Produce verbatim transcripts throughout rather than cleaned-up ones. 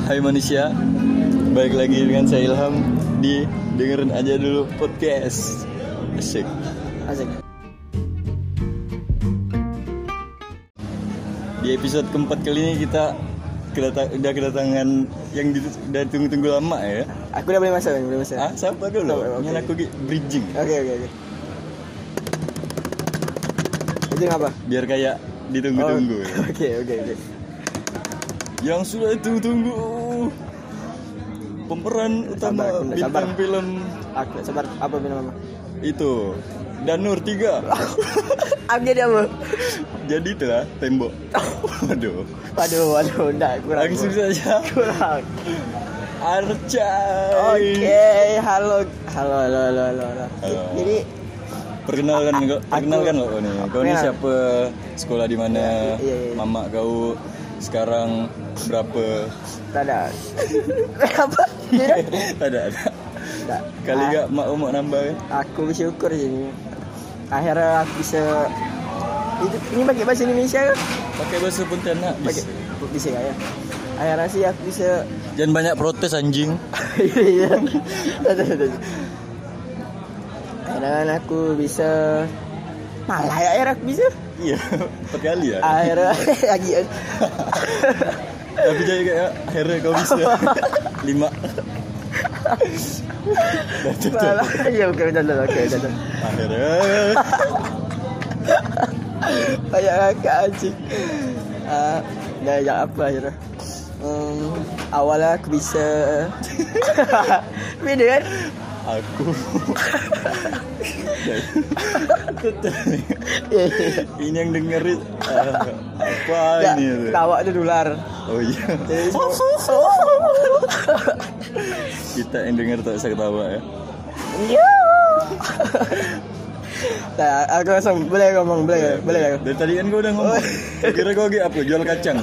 Hai manusia, balik lagi dengan saya Ilham di dengerin aja dulu podcast. Asik. Asik. Di episode keempat kali ini kita kedata- udah kedatangan yang di- udah tunggu-tunggu lama ya. Aku udah boleh masuk, boleh masuk. Ah, siapa dulu? Oke, oke. Yang aku bridging. Oke, oke, oke. Itu apa? Biar kayak ditunggu-tunggu. Oh, ya. Oke, oke, oke. Yang sudah ditunggu-tunggu. Pemeran utama Sabar, aku nggak bintang sabar. film Aku sabar apa nama? itu Danur tiga. Aku jadi apa? Jadi itulah tembok. Waduh. Waduh, waduh, enggak kurang. Langsung saja. kurang. Arca. Oke, halo, halo, halo, halo, halo. halo. Halo. Jadi Perkenalkan kau, Aku- perkenalkan lo nih. Kau ini Kenal. siapa? Sekolah di mana? Iya, iya, iya. Mama kau sekarang berapa? ada apa? Tidak. ada ada. Tidak. Kali Ah, gak mak mau nambah kan? Aku bersyukur sih. Akhirnya aku bisa itu ini pakai bahasa Indonesia kan? Pakai bahasa Pontianak. Pakai Bis. bisa nggak ya? Akhirnya sih aku bisa. Jangan banyak protes anjing. Iya. Akhirnya aku bisa. Malah ya akhirnya aku bisa. Iya, empat kali ya. Akhirnya lagi. Tapi jadi kayak akhirnya kau bisa. Lima. Malah ya oke udah udah oke udah. Akhirnya. Banyak kakak anjing. Ah, dah ya apa akhirnya? Hmm, awalnya aku bisa. Beda kan? Aku. Iya, iya. Ini yang dengerin uh, apa Ya, ini? tuh? tawa itu dolar. Oh iya. Jadi Kita yang denger tak bisa ketawa ya. Nah, aku langsung boleh ngomong, boleh, boleh. boleh. Dari tadi kan gua udah ngomong. Gua kira gua lagi apa? Jual kacang.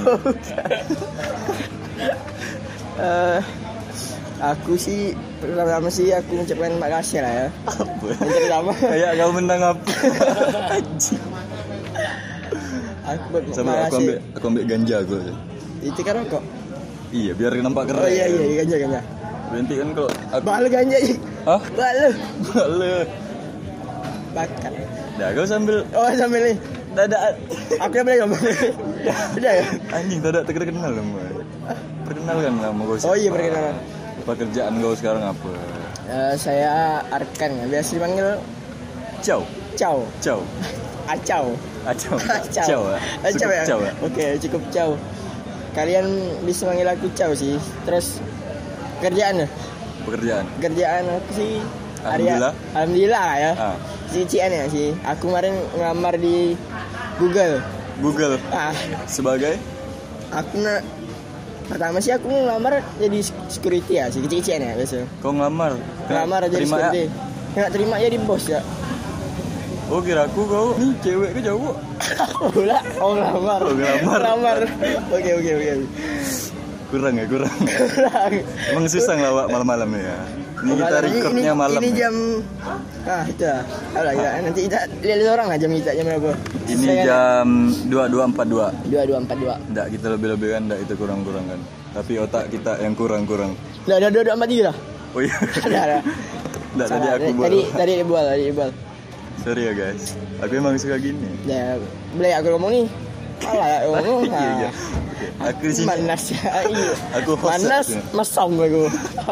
Eh, aku sih pertama sih aku mengucapkan makasih lah ya. Apa? Yang pertama, Kayak kau menang apa? Anjing. aku ber- Sampai aku makasih. ambil aku ambil ganja aku. Itu kan rokok. Iya, biar nampak keren. Oh iya iya, iya ganja ganja. Nanti kan kalau aku Bal ganja sih. Hah? Bal. Bale. Bakar. Dah kau sambil Oh sambil nih. dadak Aku yang boleh ngomong. Udah ya. anjing dadak terkenal dong. Boy. Perkenalkan nama kau siapa? Oh iya perkenalan. Pekerjaan kau sekarang apa? Eh, saya Arkan ya. Biasa dipanggil Ciao. Chow. Ciao. Acau. Acau. Acau. Ciao ya. Acau Cukup ya. ciao ya. Oke, cukup Chow. Kalian bisa manggil aku Chow sih. Terus kerjaan ya? Pekerjaan. Kerjaan aku sih Alhamdulillah. Area, Alhamdulillah ya. Ah, Si Cian ya sih. Aku kemarin ngelamar di Google. Google Ah, sebagai aku na pertama sih aku ngelamar jadi security ya, sih kecil-kecilan ya biasa. kau ngelamar. Ngelamar jadi Terima ya. security. Nggak terima jadi bos ya. Oh kira aku kau nih cewek ke cowok? Pula, oh ngelamar. Oh, ngelamar. Ngelamar. Oke oke oke. Kurang ya kurang. Emang susah ngelawak malam-malam ya. Ini kita Malam. recordnya ini, malam. Ini ya. jam ah itu lah. Alah, ya. Nanti kita lihat orang lah jam kita jam berapa. Ini Saya kan- jam dua puluh dua empat puluh dua. dua dua empat dua. Enggak kita lebih-lebihkan, enggak itu kurang-kurang kan. Tapi otak kita yang kurang-kurang. Lah ada dua dua empat tiga lah. Oh iya. Ada ada. Enggak tadi Salah. aku buat. Tadi tadi dibual, tadi dibual. Sorry ya guys. Aku emang suka gini. Ya, boleh aku ngomong nih. Alah ya ngomong. Iya iya. ah. Oke. Aku di sini. Manas ya. Iya. Aku host Manas ya. mesam aku.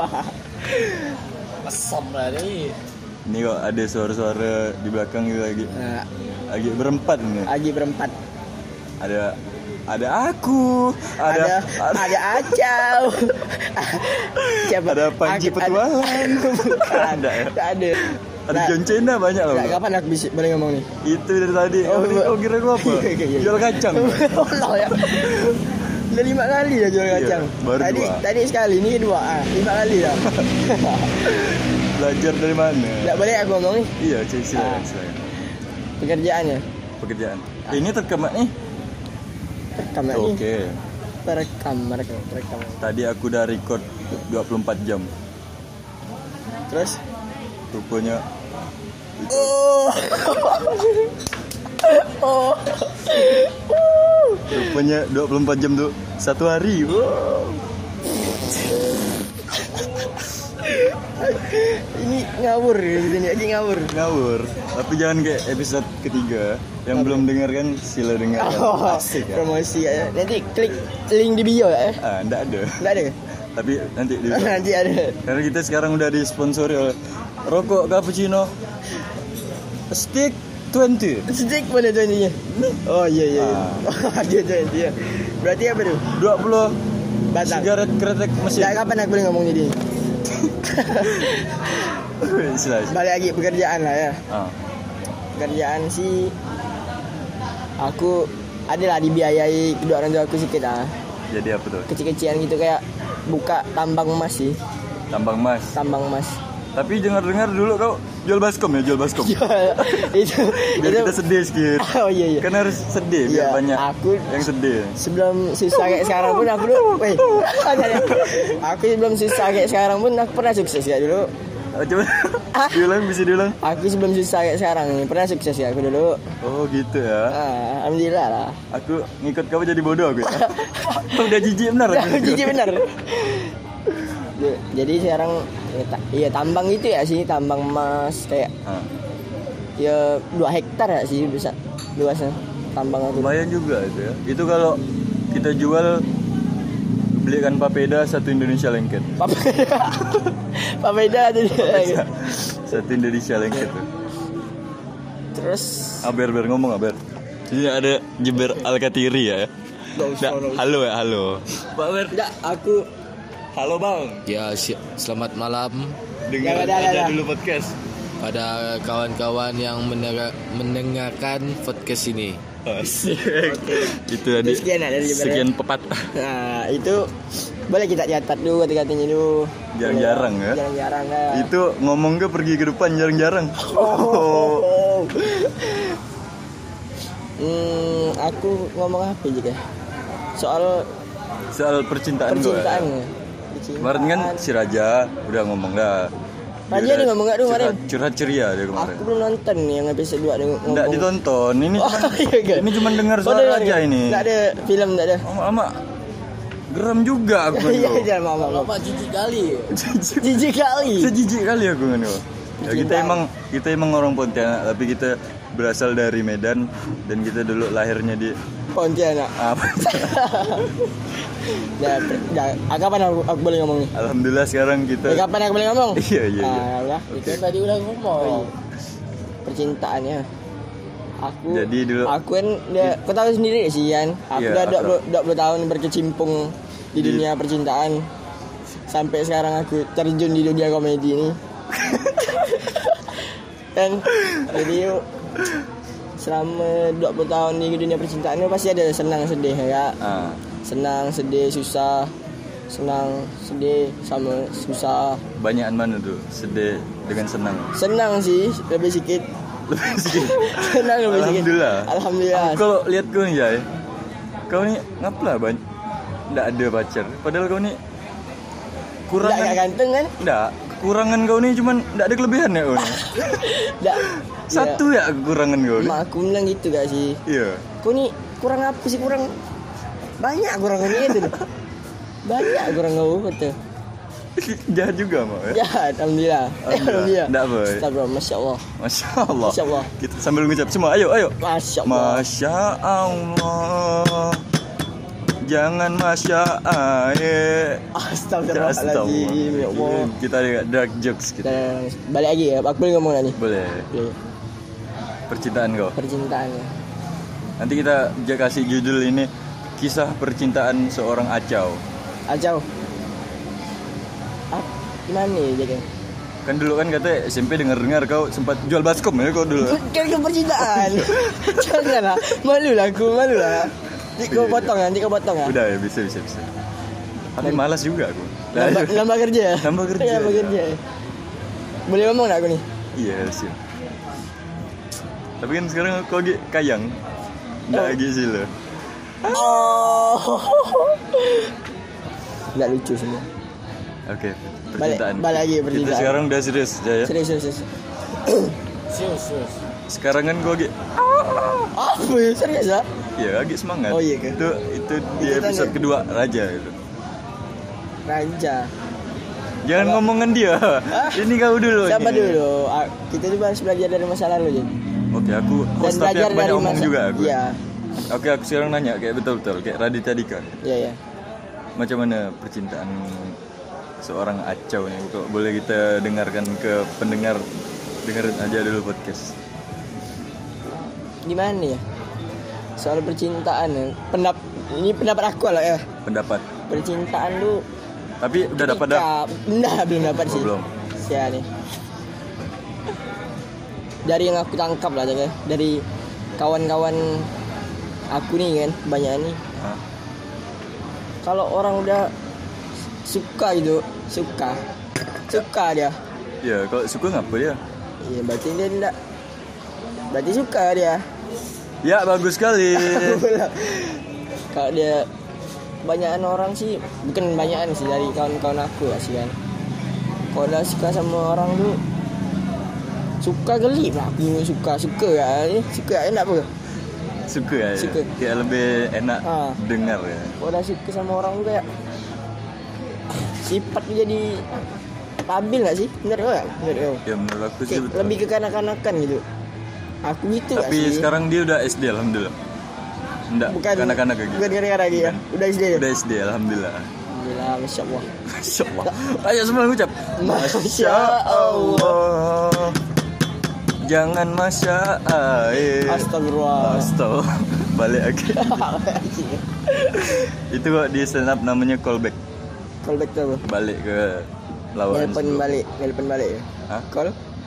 Mesam lah ni. Ini kok ada suara-suara di belakang gitu lagi. Nah, Lagi berempat ini. lagi berempat. Ada ada aku, ada Ada ada Acau. Siapa? ada Panji Ak- Petualang. Bukan. Ada ya? Tak ada. Ada Nah, John Cena banyak loh. nah, kapan aku bisa boleh ngomong nih? Itu dari tadi. Oh, Oh, ini kau kira gua apa? Iya, iya, iya. Jual kacang. Allah ya. Udah lima kali dah jual kacang. Iya, baru tadi dua. tadi sekali, ni dua. Ah, lima kali dah. Belajar dari mana? Tak boleh aku ngomong nih. Iya, cik silakan, Ah. silakan. Pekerjaannya. Pekerjaan. Ini terekam nih. Rekam lagi. Oke. Terekam, merekam, terekam. Tadi aku udah record dua puluh empat jam. Terus? Rupanya Oh. oh. rupanya dua puluh empat jam tuh satu hari. Wow. Ini ngawur gitu nih, lagi ngawur. Ngawur. Tapi jangan kayak episode ketiga. Yang Apa? belum dengar kan sila dengar. Oh, Asik ya. promosi ya. Nanti klik link di bio ya. Ah, enggak ada. Enggak ada. Tapi nanti di Nanti ada. karena kita sekarang udah disponsori oleh rokok cappuccino stick dua puluh. Stick mana tuh ininya? Oh iya iya. Ah. Dia tuh dia. Berarti apa tuh? dua puluh Batang. sigaret kretek mesin. Ya kapan aku boleh ngomong jadi? Silakan. Balik lagi pekerjaan lah ya. Ah. Pekerjaan sih aku adalah dibiayai kedua orang tua aku sedikit lah. Jadi apa tuh? Kecil-kecilan gitu kayak buka tambang emas sih. Tambang emas. Tambang emas. Tapi dengar-dengar dulu kau jual baskom ya, jual baskom. Jual itu Biar itu kita sedih sedikit. Oh iya iya. Kan harus sedih biar Iya, banyak aku yang sedih. sebelum susah kayak sekarang pun aku dulu, weh, aku sebelum susah kayak sekarang pun aku pernah sukses ya dulu. Oh, coba Ah. diulang, bisa diulang. Aku sebelum susah kayak sekarang nih pernah sukses ya aku dulu. Oh gitu ya. Ah, alhamdulillah lah. Aku ngikut kamu jadi bodoh aku ya. Udah jijik benar aku. Jijik benar. Jadi sekarang ya, ta- ya tambang gitu ya sih, tambang emas kayak Ah. ya dua hektar ya sih bisa luasnya tambang aku. Lumayan juga itu ya. Itu kalau kita jual belikan papeda satu Indonesia lengket. Papeda ada dia. Satu Indonesia lengket tuh. Terus Aber ber ngomong aber. Ini ada Jeber Alkatiri ya. Nggak, halo ya, halo. Pak Ber. enggak aku Halo Bang. Ya, si- selamat malam Dengar Ya, udah, aja udah. dulu podcast. pada kawan-kawan yang mendengar- mendengarkan podcast ini. Asik. Itu tadi Itu sekian ya dari Jeber, sekian pepatah. nah itu boleh kita catat dulu kata-katanya dulu. Jarang-jarang ya. Jarang-jarang ya. Itu ngomong ke pergi ke depan jarang-jarang. Oh. Hmm, aku ngomong apa juga? Soal Soal percintaan, percintaan. gua. Ya. Kemarin kan si Raja udah ngomong dah. Raja udah dia ngomong nggak tuh curhat, kemarin? curhat ceria dia kemarin. Aku belum nonton nih yang episode dua dia ngomong. Enggak ditonton. Ini Oh, cuman iya, kan? ini cuman dengar Oh, suara dengar, Raja kan? ini. Nggak ada film, nggak ada. Lama-lama geram juga aku kan. Iya, jangan mau mau. Lama jijik kali. Jijik kali. Sejijik kali aku kan. Ya, kita Cinta. emang kita emang orang Pontianak, tapi kita berasal dari Medan dan kita dulu lahirnya di Pontianak. apa? Ya, ya, ah, kapan aku, aku boleh ngomong nih? Alhamdulillah sekarang Eh, kita kapan aku boleh ngomong? Iya, iya, iya. Ah, udah. Itu tadi udah ngomong. Percintaannya. Aku Jadi dulu- aku kan dia, kau tahu sendiri sih kan. Aku Iya, udah akrab. dua puluh, dua puluh tahun berkecimpung di Di- dunia percintaan. Sampai sekarang aku terjun di dunia komedi ini. Dan jadi yuk, selama dua puluh tahun di dunia percintaan itu pasti ada senang sedih ya. ah, Senang, sedih, susah. Senang, sedih sama susah. banyakan mana tuh sedih dengan senang. Senang sih lebih sedikit. Lebih sedikit. Senang lebih sedikit. Alhamdulillah. Alhamdulillah. Aku kalau lihat kau nih Jai, kau nih ngaplah ban, nggak ada pacar. Padahal kau nih Nggak kurangan, nggak ganteng kan? nggak kekurangan kau nih cuman nggak ada kelebihan ya kau nih. Nggak. Satu ya kekurangan kau nih. Mak aku bilang gitu gak sih? Iya. Kau nih kurang apa sih? Kurang banyak kurangnya itu. Banyak kurang kau betul. Jahat juga mau ya. Ya, alhamdulillah. Eh, alhamdulillah. Nggak apa. Astagfirullah, masya Allah. Masya Allah. Masya Allah. Kita sambil ngucap semua. Ayo, ayo. Masya Allah. Masya Allah. Jangan masya aye. Astagfirullahaladzim, ya Allah. Kita ada dark jokes kita. Dan balik lagi ya, aku boleh ngomong nih. Boleh. Boleh. Percintaan kau. Percintaannya. Nanti kita aja kasih judul ini kisah percintaan seorang acau. Acau. Ah, gimana nih dia kan? Kan dulu kan katanya S M P dengar-dengar kau sempat jual baskom ya kau dulu. Kan ke percintaan. Jangan lah, malu lah aku, malu lah. Nanti kau potong, nanti kau potong ya. Udah ya, bisa bisa bisa. Tapi malas juga aku. Nah, Nambah, ayo. nambah kerja ya? Nambah kerja. Nambah kerja. Boleh ngomong gak aku nih? Iya sih. Tapi kan sekarang kau lagi kayang. Nggak Oh. lagi sih lo. Oh. Nggak lucu semua. Oke, Balik, percintaan. balik lagi Kita percintaan. sekarang udah serius Jaya. Serius, serius, serius. Serius, serius. Sekarang kan gua lagi Apa ya? Serius lah? ya lagi semangat. Oh, iya kan? Itu itu di Itu episode tanda. kedua Raja itu. Raja. Jangan Apa? ngomongin dia. Ini kau dulu. Siapa ini. dulu? Ah, Kita tuh harus belajar dari masa lalu, Jin. Oke, aku Dan host tapi belajar aku banyak dari ngomong masa. juga aku. Iya. Oke, aku sekarang nanya kayak betul-betul kayak Raditya Dika. Iya, iya. Macam mana percintaan seorang acau nih? Kok boleh kita dengarkan ke pendengar, dengerin aja dulu podcast. Gimana ya? Soal percintaan ya. Pendap ini pendapat aku lah ya. Pendapat. Percintaan lu Tapi udah dapat dah. Nah, belum dapat Oh, sih. belum. Sia nih. Dari yang aku tangkap lah ya, dari kawan-kawan aku nih kan, banyak nih. Hah? Kalau orang udah suka gitu, suka. Suka dia. Ya, kalau suka ngapa dia? Iya, berarti dia enggak. Berarti suka dia. Ya, bagus sekali. Kalau dia banyakan orang sih, bukan banyakan sih dari kawan-kawan aku ya sih kan. Kalau udah suka sama orang tuh suka geli lah, aku suka suka ya, suka ya enggak apa? Suka ya. Suka. Kayak lebih enak Ah. dengar ya. Kalau udah suka sama orang tuh kayak sifat jadi stabil nggak sih? Bener nggak? Bener ya. Ya menurut aku sih Kayak betul. lebih ke kanak-kanakan gitu. Aku gitu nggak Tapi sih? sekarang dia udah S D alhamdulillah. Enggak, bukan kanak-kanak kayak gitu. Bukan kanak-kanak lagi ya. Udah S D ya. Udah S D alhamdulillah. Alhamdulillah, masya Allah. Masya Allah. Ayo semua ngucap. Masya Allah. Jangan masya Allah. Astagfirullah. Astaga. Balik lagi. Itu kok di stand up namanya callback. Callback tuh apa? Balik ke lawan. Nelpon sebelum. balik, nelpon balik ya. Hah? Call?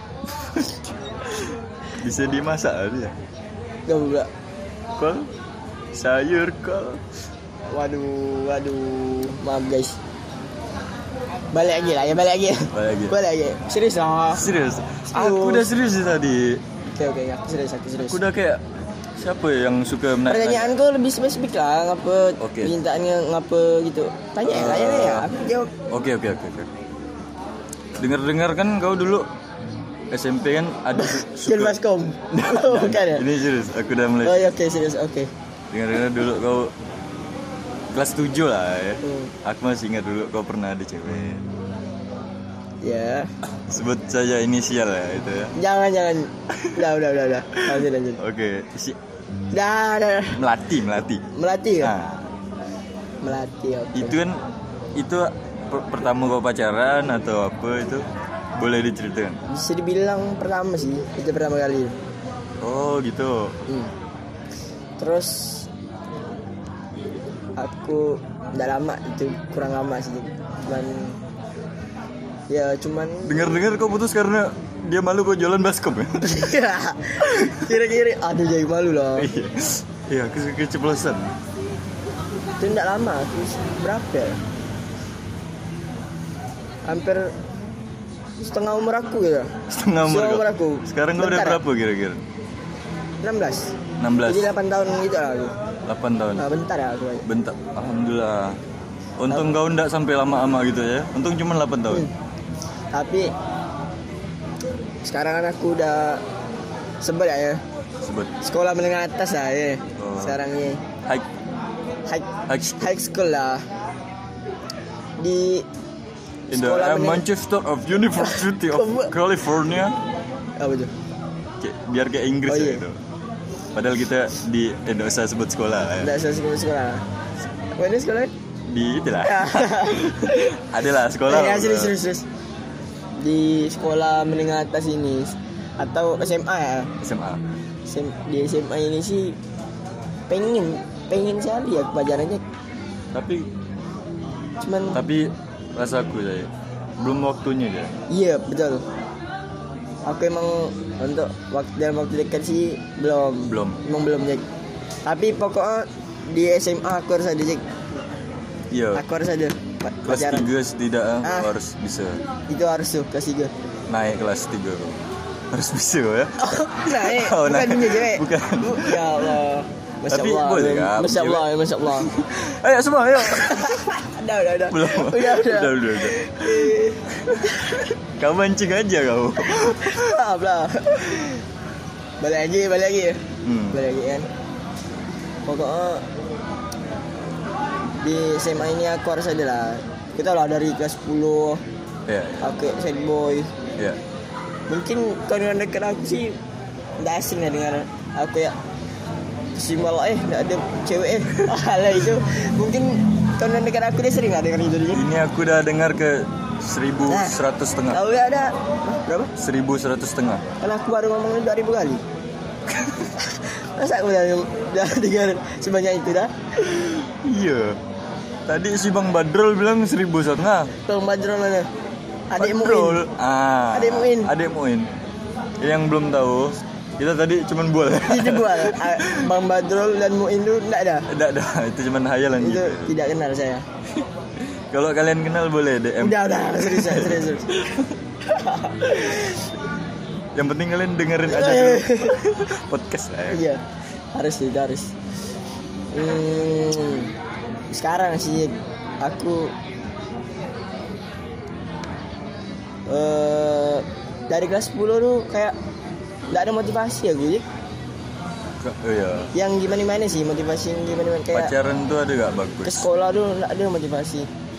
Bisa dimasak dia. Gak pula. Call. Sayur call. Waduh, waduh. Maaf guys. Balik lagi lah ya, balik lagi. Balik lagi. Balik lagi. Serius lah. Serius. Aku udah serius sih tadi. Oke oke, aku serius, aku serius. Aku udah kayak siapa yang suka menaik? Pertanyaanku lebih spesifik lah, ngapa Oke. permintaannya ngapa gitu. Tanya ya, tanya ya, aku jawab. Oke oke oke oke. Dengar-dengar kan kau dulu S M P kan ada su- Skill suka. Baskom. Bukan ya? Ini serius, aku udah mulai. Oh iya, oke serius, oke. Dengar-dengar dulu kau kelas tujuh lah ya. Hmm. Aku masih ingat dulu kau pernah ada cewek. Ya. Sebut saja inisial ya itu ya. Jangan jangan. Udah udah udah udah. Lanjut lanjut. Oke, si Dah dah. dah. Melati, Melati. Melatih ya? Nah, Melatih oke. itu kan itu per- pertama kau pacaran atau apa itu? Boleh diceritakan? Bisa dibilang pertama sih, itu pertama kali. Oh, gitu. Hmm. Terus aku nggak lama itu, kurang lama sih. Cuman ya cuman Dengar-dengar kau putus karena dia malu kau jualan baskom ya? kira-kira aduh jadi malu loh. Iya. Iya, ke- keceplosan. Itu nggak lama, aku berapa ya? Hampir setengah umur aku gitu. Setengah umur Setengah kau. umur aku. Sekarang kau udah Bentar, berapa kira-kira? enam belas. enam belas. Jadi delapan tahun gitu lah aku. delapan tahun. Nah, bentar ya aku. Bentar. Alhamdulillah. Untung kau enggak sampai lama-lama gitu ya. Untung cuma delapan tahun. Hmm. Tapi sekarang kan aku udah sebut ya, ya. Sebut Sekolah menengah atas lah ya. Oh. Sekarang ini high high high school high school lah. Di in the sekolah uh, menengah- Manchester of University of Kamu- California. apa tuh? Kayak- biar kayak Inggris Oh, ya iya. gitu. Padahal kita di eh, nggak usah sebut sekolah ya. Enggak usah sekolah sekolah. Mana sekolah? Di itulah. Adalah sekolah. Ya, lah. serius, serius, serius. Di sekolah menengah atas ini atau S M A ya. S M A. S M- Di S M A ini sih pengen pengen sekali ya pelajarannya, Tapi cuman tapi rasaku saya belum waktunya ya. iya betul. Aku emang untuk waktu dalam waktu dekat sih belum Belum. emang belum Jack. Tapi pokoknya di S M A aku harus ada Jack. Iya. Aku harus ada pa- Kelas pacaran. tiga setidaknya Ah. kau harus bisa Itu harus tuh kelas tiga. naik kelas tiga kau. Harus bisa kau ya. Nah, eh, Oh, bukan nah. punya cewek. Bukan. Bu- Ya Allah. Masya Tapi Allah. boleh kan, Masya cewek? Allah, ya, Masya Allah. Ayo semua ayo. Udah, udah, udah. Belum. Udah, udah. udah, udah, udah. Kau mancing aja kau. Maaf lah. Balik lagi, balik lagi. Hmm. Balik lagi kan. Pokoknya di S M A ini aku harus ada lah kita lah dari kelas sepuluh Ya. aku sad boy. Ya. Mungkin kawan dekat aku sih nggak asing ya dengan aku ya. Simbol eh nggak ada cewek eh. Alah itu mungkin kawan dekat aku dia sering nggak dengar itu dia. Ini aku udah dengar ke seribu seratus setengah. Tahu ya ada berapa? Seribu seratus setengah. Karena aku baru ngomong dua ribu kali. Masa aku udah, udah dengar sebanyak itu dah? Iya. Tadi si Bang Badrol bilang seribu setengah. Bang Badrol mana? Adik Badrol. Muin. Ah. Adik Muin. Adik Muin. Yang belum tahu, kita tadi cuman bual. Itu buat Bang Badrol dan Muin itu enggak ada. Tidak ada, itu cuman hayalan Itu gitu. tidak kenal saya. Kalau kalian kenal boleh D M. Udah udah serius serius. serius. Yang penting kalian dengerin aja dulu podcast lah ya. Iya. Harus sih, harus. Hmm, sekarang sih aku eh dari kelas sepuluh tuh kayak enggak ada motivasi aku, Jik. Oh iya. Yang gimana-mana sih motivasi yang gimana-mana kayak Pacaran tuh ada gak ke bagus? sekolah tuh enggak ada motivasi.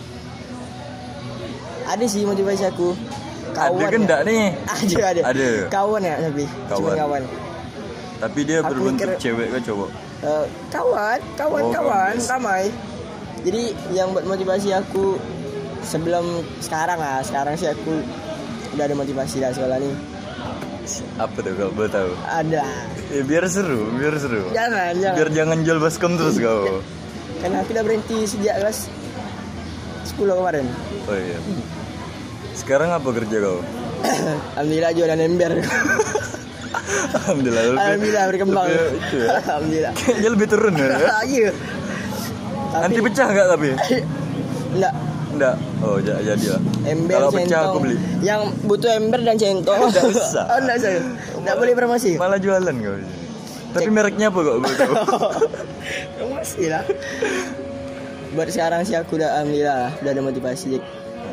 Ada sih motivasi aku. Ada kan enggak nih? Ada ada. Ada. Kawan ya tapi. Cuma Kawan. kawan. Tapi dia Aku berbentuk mikir- cewek ke cowok? Eh, kawan, kawan, Oh, kawan, kawan. ramai. Jadi yang buat motivasi aku sebelum sekarang lah, sekarang sih aku udah ada motivasi dah sekolah nih. Apa tuh kalau boleh tahu? Ada. Ya, biar seru, biar seru. Jangan, jangan. Biar jangan jual baskom terus kau. Karena aku udah berhenti sejak kelas sepuluh kemarin. Oh iya. Sekarang apa kerja kau? Alhamdulillah jualan ember. Alhamdulillah. lebih- Alhamdulillah berkembang. lebih itu ya. Alhamdulillah. Kayaknya lebih turun ya. Iya. Nanti pecah nggak tapi? Enggak. Enggak. Oh ja- jadi lah. Ember, Kalau pecah centong. aku beli. Yang butuh ember dan centong. Nggak usah. Oh, enggak saya. Enggak boleh promosi. Malah jualan kau. Tapi Cek. mereknya apa kok boleh tahu? Promosi lah. Buat sekarang sih aku udah alhamdulillah lah, udah ada motivasi. Jik.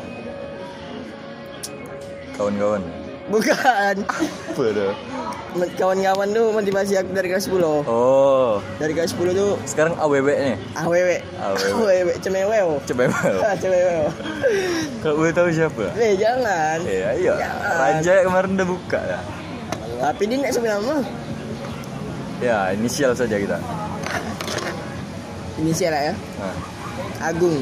Kawan-kawan. Bukan. Apa dah? Kawan-kawan tuh motivasi aku dari kelas sepuluh. Oh, Dari kelas sepuluh tuh sekarang A W W nih. awewe. Awewe. Awewe cemeweo. Coba emang. Ah, cemeweo. Kalau boleh tahu siapa? Eh, jangan. Eh, ayo. Jangan. Raja kemarin udah buka ya. Tapi dia enggak sebut nama. Ya, inisial saja kita. Inisial lah ya. Nah. Agung.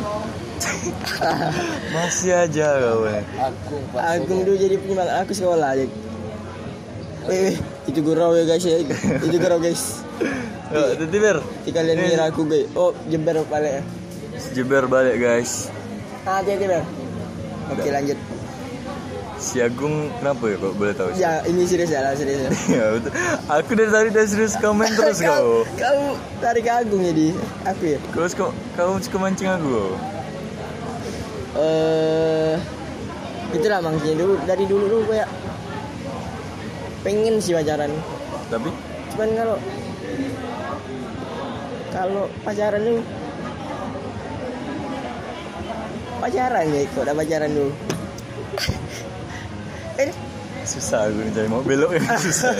Masih aja kau. eh. Aku Agung dulu jadi penyemangat aku sekolah. Jik. Weh, weh, itu gurau ya guys ya. Itu gurau guys. Yuk, tadi ber. Jika kalian ngira aku guys. Oh, jember balik ya. Jeber balik guys. Ah, hati-hati, Bang. Oke, Udah. lanjut. Si Agung kenapa ya kok boleh tahu? Ya, ini serius ya, lah, serius. Ya. Ya, betul. Aku dari tadi udah serius komen terus kau. Kau tarik ke Agung jadi aku ya. Kau suka kau suka mancing aku. Eh, itulah maksudnya dulu dari dulu dulu kayak pengen sih pacaran. Tapi Cuman kalau kalau pacaran tuh pacaran ya, kok udah pacaran dulu. Eh, susah aku nih cari mau belok ya susah.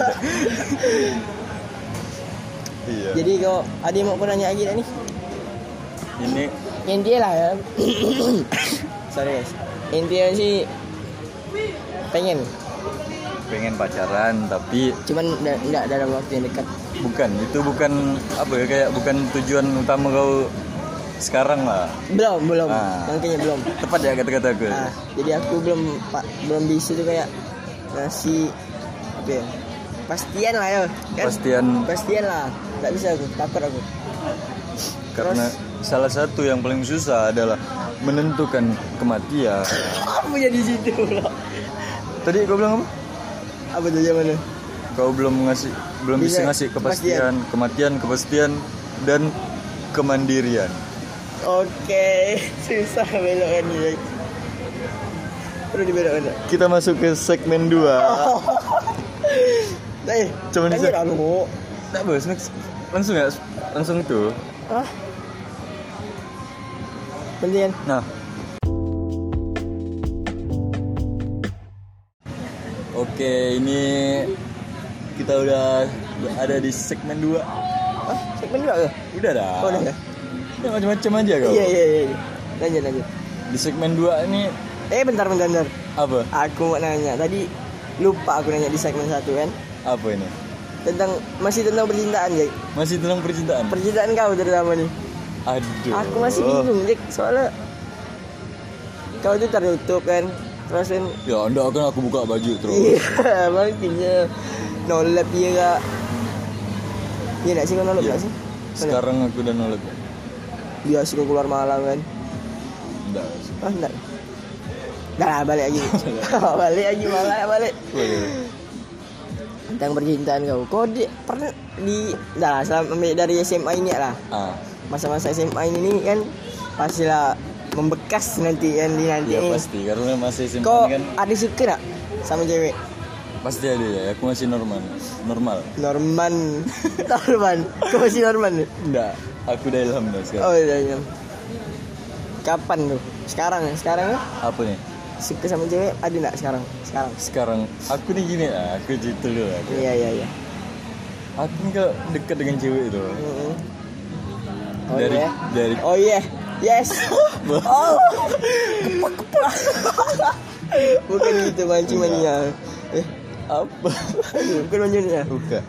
Iya. jadi kalau ada yang mau aku nanya lagi nih, Ini intinya lah ya. Sorry guys. Intinya sih pengen, pengen pacaran tapi cuman enggak dalam waktu yang dekat. bukan itu bukan apa ya kayak bukan tujuan utama kau sekarang lah. Belum, belum. Ah. Makanya belum. Tepat ya kata-kata aku. Nah, jadi aku belum pak belum bisa tuh kayak ngasih apa ya? Pastian lah ya. Kan? Pastian Pastian lah. Enggak bisa aku, takut aku. karena salah satu yang paling susah adalah menentukan kematian. Apa jadi situ loh? Tadi kau bilang apa? Apa tuh zaman Kau belum ngasih belum bisa, Bisa ngasih kepastian, kematian, kepastian dan kemandirian. Oke, susah belokan ini. Perlu dibelokkan. tak? Kita masuk ke segmen dua. Eh, Cuman tanya bisa- dulu. Tak bos, next. Langsung ya, langsung itu. Hah? Penting. Nah. Oke, ini kita udah ada di segmen dua. Hah? Segmen dua ke? Udah dah. Oh, udah ya? Ya, macam-macam aja kau. Iya, iya, iya. Lanjut, lanjut. di segmen dua ini Eh bentar bentar bentar. apa? Aku mau nanya. Tadi lupa aku nanya di segmen satu kan. Apa ini? Tentang masih tentang percintaan, Jack. Masih tentang percintaan. Percintaan kau terutama nih. Aduh. Aku masih bingung, Jack. Soalnya kau tuh tertutup kan. Terus kan Ya, anda kan aku buka baju terus. iya, makanya nolep ya kak. Iya nggak sih kau nolep Iya. nggak sih? Sekarang aku udah nolak. Biasa kau keluar malam kan. Enggak. Ah enggak. Dah balik lagi. balik lagi malah balik. Tentang percintaan kau. Kau di, pernah di dah sampai dari S M A ini lah. Ah, Masa-masa S M A ini kan pastilah membekas nanti kan di nanti. ya nih. pasti karena masih S M A Kau kan ada suka tak sama cewek? pasti ada ya. Aku masih normal. Normal. Norman. Norman. Kau masih Norman? Enggak. Aku udah ilham dah sekarang. Oh iya iya. Kapan tuh? Sekarang ya? Sekarang ya? Apa nih? Suka sama cewek ada enggak sekarang? Sekarang. Sekarang aku nih gini lah. Aku cerita dulu lah. Iya iya iya. Aku nih kalau dekat dengan cewek itu Mm-mm. Oh dari iya. dari Oh iya. Yes. Oh. Kepak kepak. Bukan gitu mancing mania. Eh, apa? bukan mancingnya. Bukan.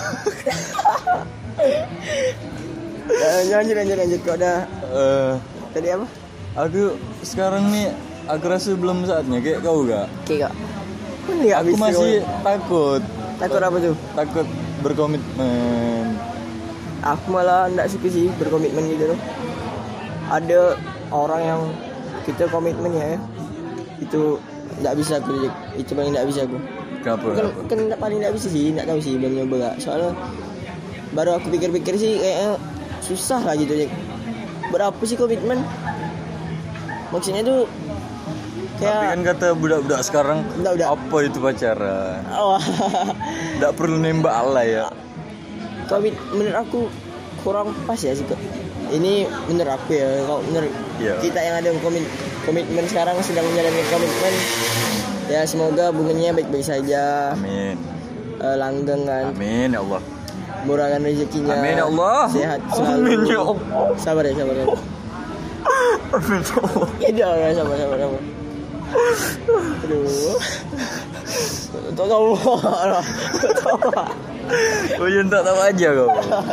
Lanjut lanjut lanjut lanjut. Kau udah Eh, tadi apa? aku sekarang nih aku rasa belum saatnya kayak kau gak? Oke kak. Ini Aku masih takut. takut apa tuh? Takut berkomitmen. Aku malah enggak suka sih berkomitmen gitu loh. Ada orang yang kita komitmen ya, itu enggak bisa aku, Jack. Itu paling enggak bisa aku. Kenapa? Kan, Kenapa? kan enggak, paling enggak bisa sih, enggak tahu sih belum nyoba gak. Soalnya baru aku pikir-pikir sih kayaknya susah lah gitu, Jack. Berapa sih komitmen? Maksudnya tuh Tapi kan kayak kata budak-budak sekarang Udah, udah. apa itu pacaran? oh, Nggak perlu nembak alay ya. komit menurut aku kurang pas ya sih, Kak. Ini menurut aku ya, kalau menurut Iya. kita yang ada komit komitmen sekarang sedang menjalani komitmen, ya semoga hubungannya baik-baik saja, Amin. eh, langgeng kan, Amin ya Allah. murahkan rezekinya, Amin ya Allah. sehat selalu. Amin ya Allah. Sabar ya, sabar ya. Amin ya Allah. Ya udah, udah, sabar, sabar, sabar. Aduh. Tak tahu lah. Tak tahu lah. Oh ya tak tahu aja kau.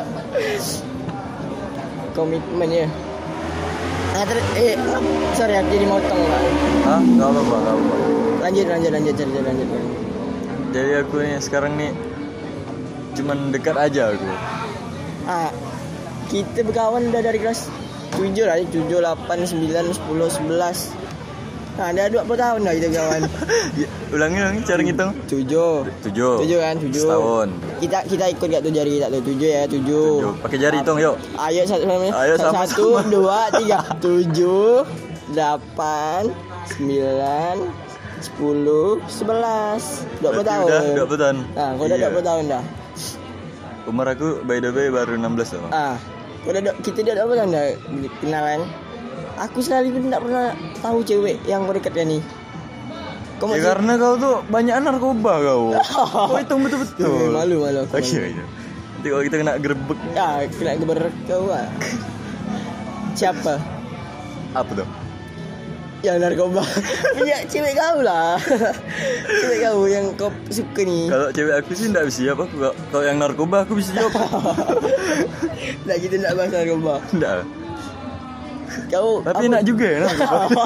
Komitmennya. Ah, ter- eh, sorry aku jadi motong lah. Hah? Gak apa-apa, gak apa-apa. Lanjut, lanjut, lanjut, lanjut, lanjut. Jadi aku nih sekarang nih cuman dekat aja aku. Ah, kita berkawan udah dari kelas tujuh lah, tujuh, delapan, sembilan, sepuluh, sebelas. Nah, ada dua puluh tahun lah kita kawan. Ya, ulangi ulangi cara ngitung. Tujuh. Tujuh. Tujuh kan, tujuh. Setahun. Kita kita ikut gak tuh jari kita tuh tujuh ya, tujuh. Tujuh. Pakai jari hitung yuk. Ayo satu namanya. Ayo, sama, satu, sama. dua, tiga. Tujuh, delapan, sembilan, sepuluh, sebelas. Dua puluh Berarti tahun. Udah dua puluh tahun. Nah, kau udah Iya. dua puluh tahun dah. Umur aku by the way baru enam belas loh. Ah, udah do- kita udah apa kan dah kenalan. Aku sekalipun tidak pernah tahu cewek yang kau dekat nih. Kau Ya masih karena kau tuh banyak narkoba kau. Kau hitung betul-betul. malu malu aku. Oh, iya, iya. Nanti kalau kita kena gerbek Ah, kena geber kau ah. Siapa? apa tuh? Yang narkoba. Punya cewek kau lah. Cewek kau yang kau suka nih. Kalau cewek aku sih enggak bisa jawab aku. Kalau- Kalau yang narkoba aku bisa jawab. Nah, kita nak bahas narkoba. Enggak. Kau Tapi apa- enak juga ya narkoba.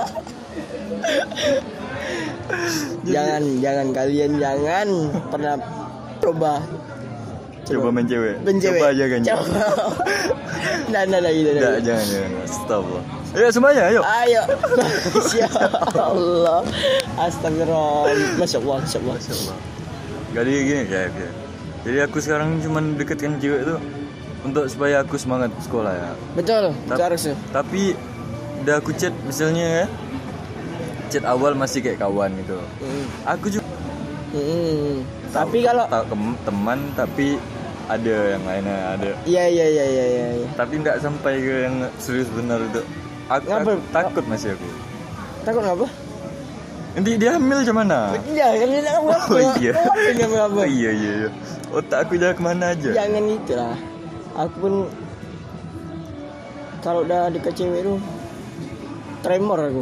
jangan jangan kalian jangan pernah coba Coba main cewek. mencewek. Coba aja kan. Coba. Nah, nah, nah, gitu. Enggak, jangan jangan. Stop. Ayo semuanya, ayo. Ayo. Ya Allah. Astagfirullah. Masya Allah, Masya Allah. Masya Allah. Jadi gini kayak ya. Jadi aku sekarang cuma deketkan cewek itu untuk supaya aku semangat sekolah ya. Betul, Tap- itu harus tuh. Tapi udah aku chat misalnya ya. Chat awal masih kayak kawan gitu. Hmm. Aku juga Hmm. Tapi kalau tahu kem- teman tapi ada yang lainnya ada. iya iya iya iya iya. iya. Tapi enggak sampai ke yang serius benar itu. Aku, Ngapa? aku takut masih aku. Takut ngapa? Nanti dia hamil cuman mana? Ya, kan dia nak apa? Oh iya. Jangan apa? Oh iya iya iya. Otak aku jalan kemana aja. Jangan gitu lah. Aku pun kalau udah dekat cewek tuh Tremor aku.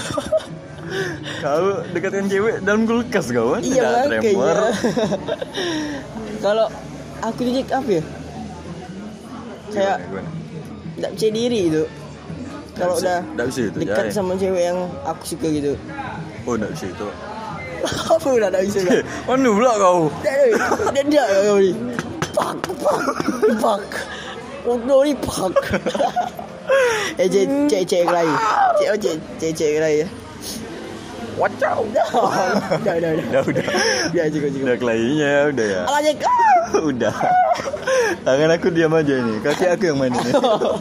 Kau dekatkan cewek dalam kulkas kawan. Iya Tidak makanya. tremor. Kalau aku jadi apa ya? Kayak Gimana, gimana? tidak percaya diri itu. Kalau Nggak udah bisa- nggak bisa itu, dekat Jai. sama cewek yang aku suka gitu. Oh enggak bisa itu. Apa udah tidak bisa kan? Mana pula kau? Tidak ada, tidak ada kau ni. Pak, pak, pak. Oh ni pak. Eh cek cek cek lain. Cek oh, cek cek cek lain. Watch out. Dah, dah, dah, dah. Udah udah. Biar cukup cukup. Udah kelainnya udah ya. Alah cek. Udah. Tangan aku diam aja ini. Kaki aku yang main ini.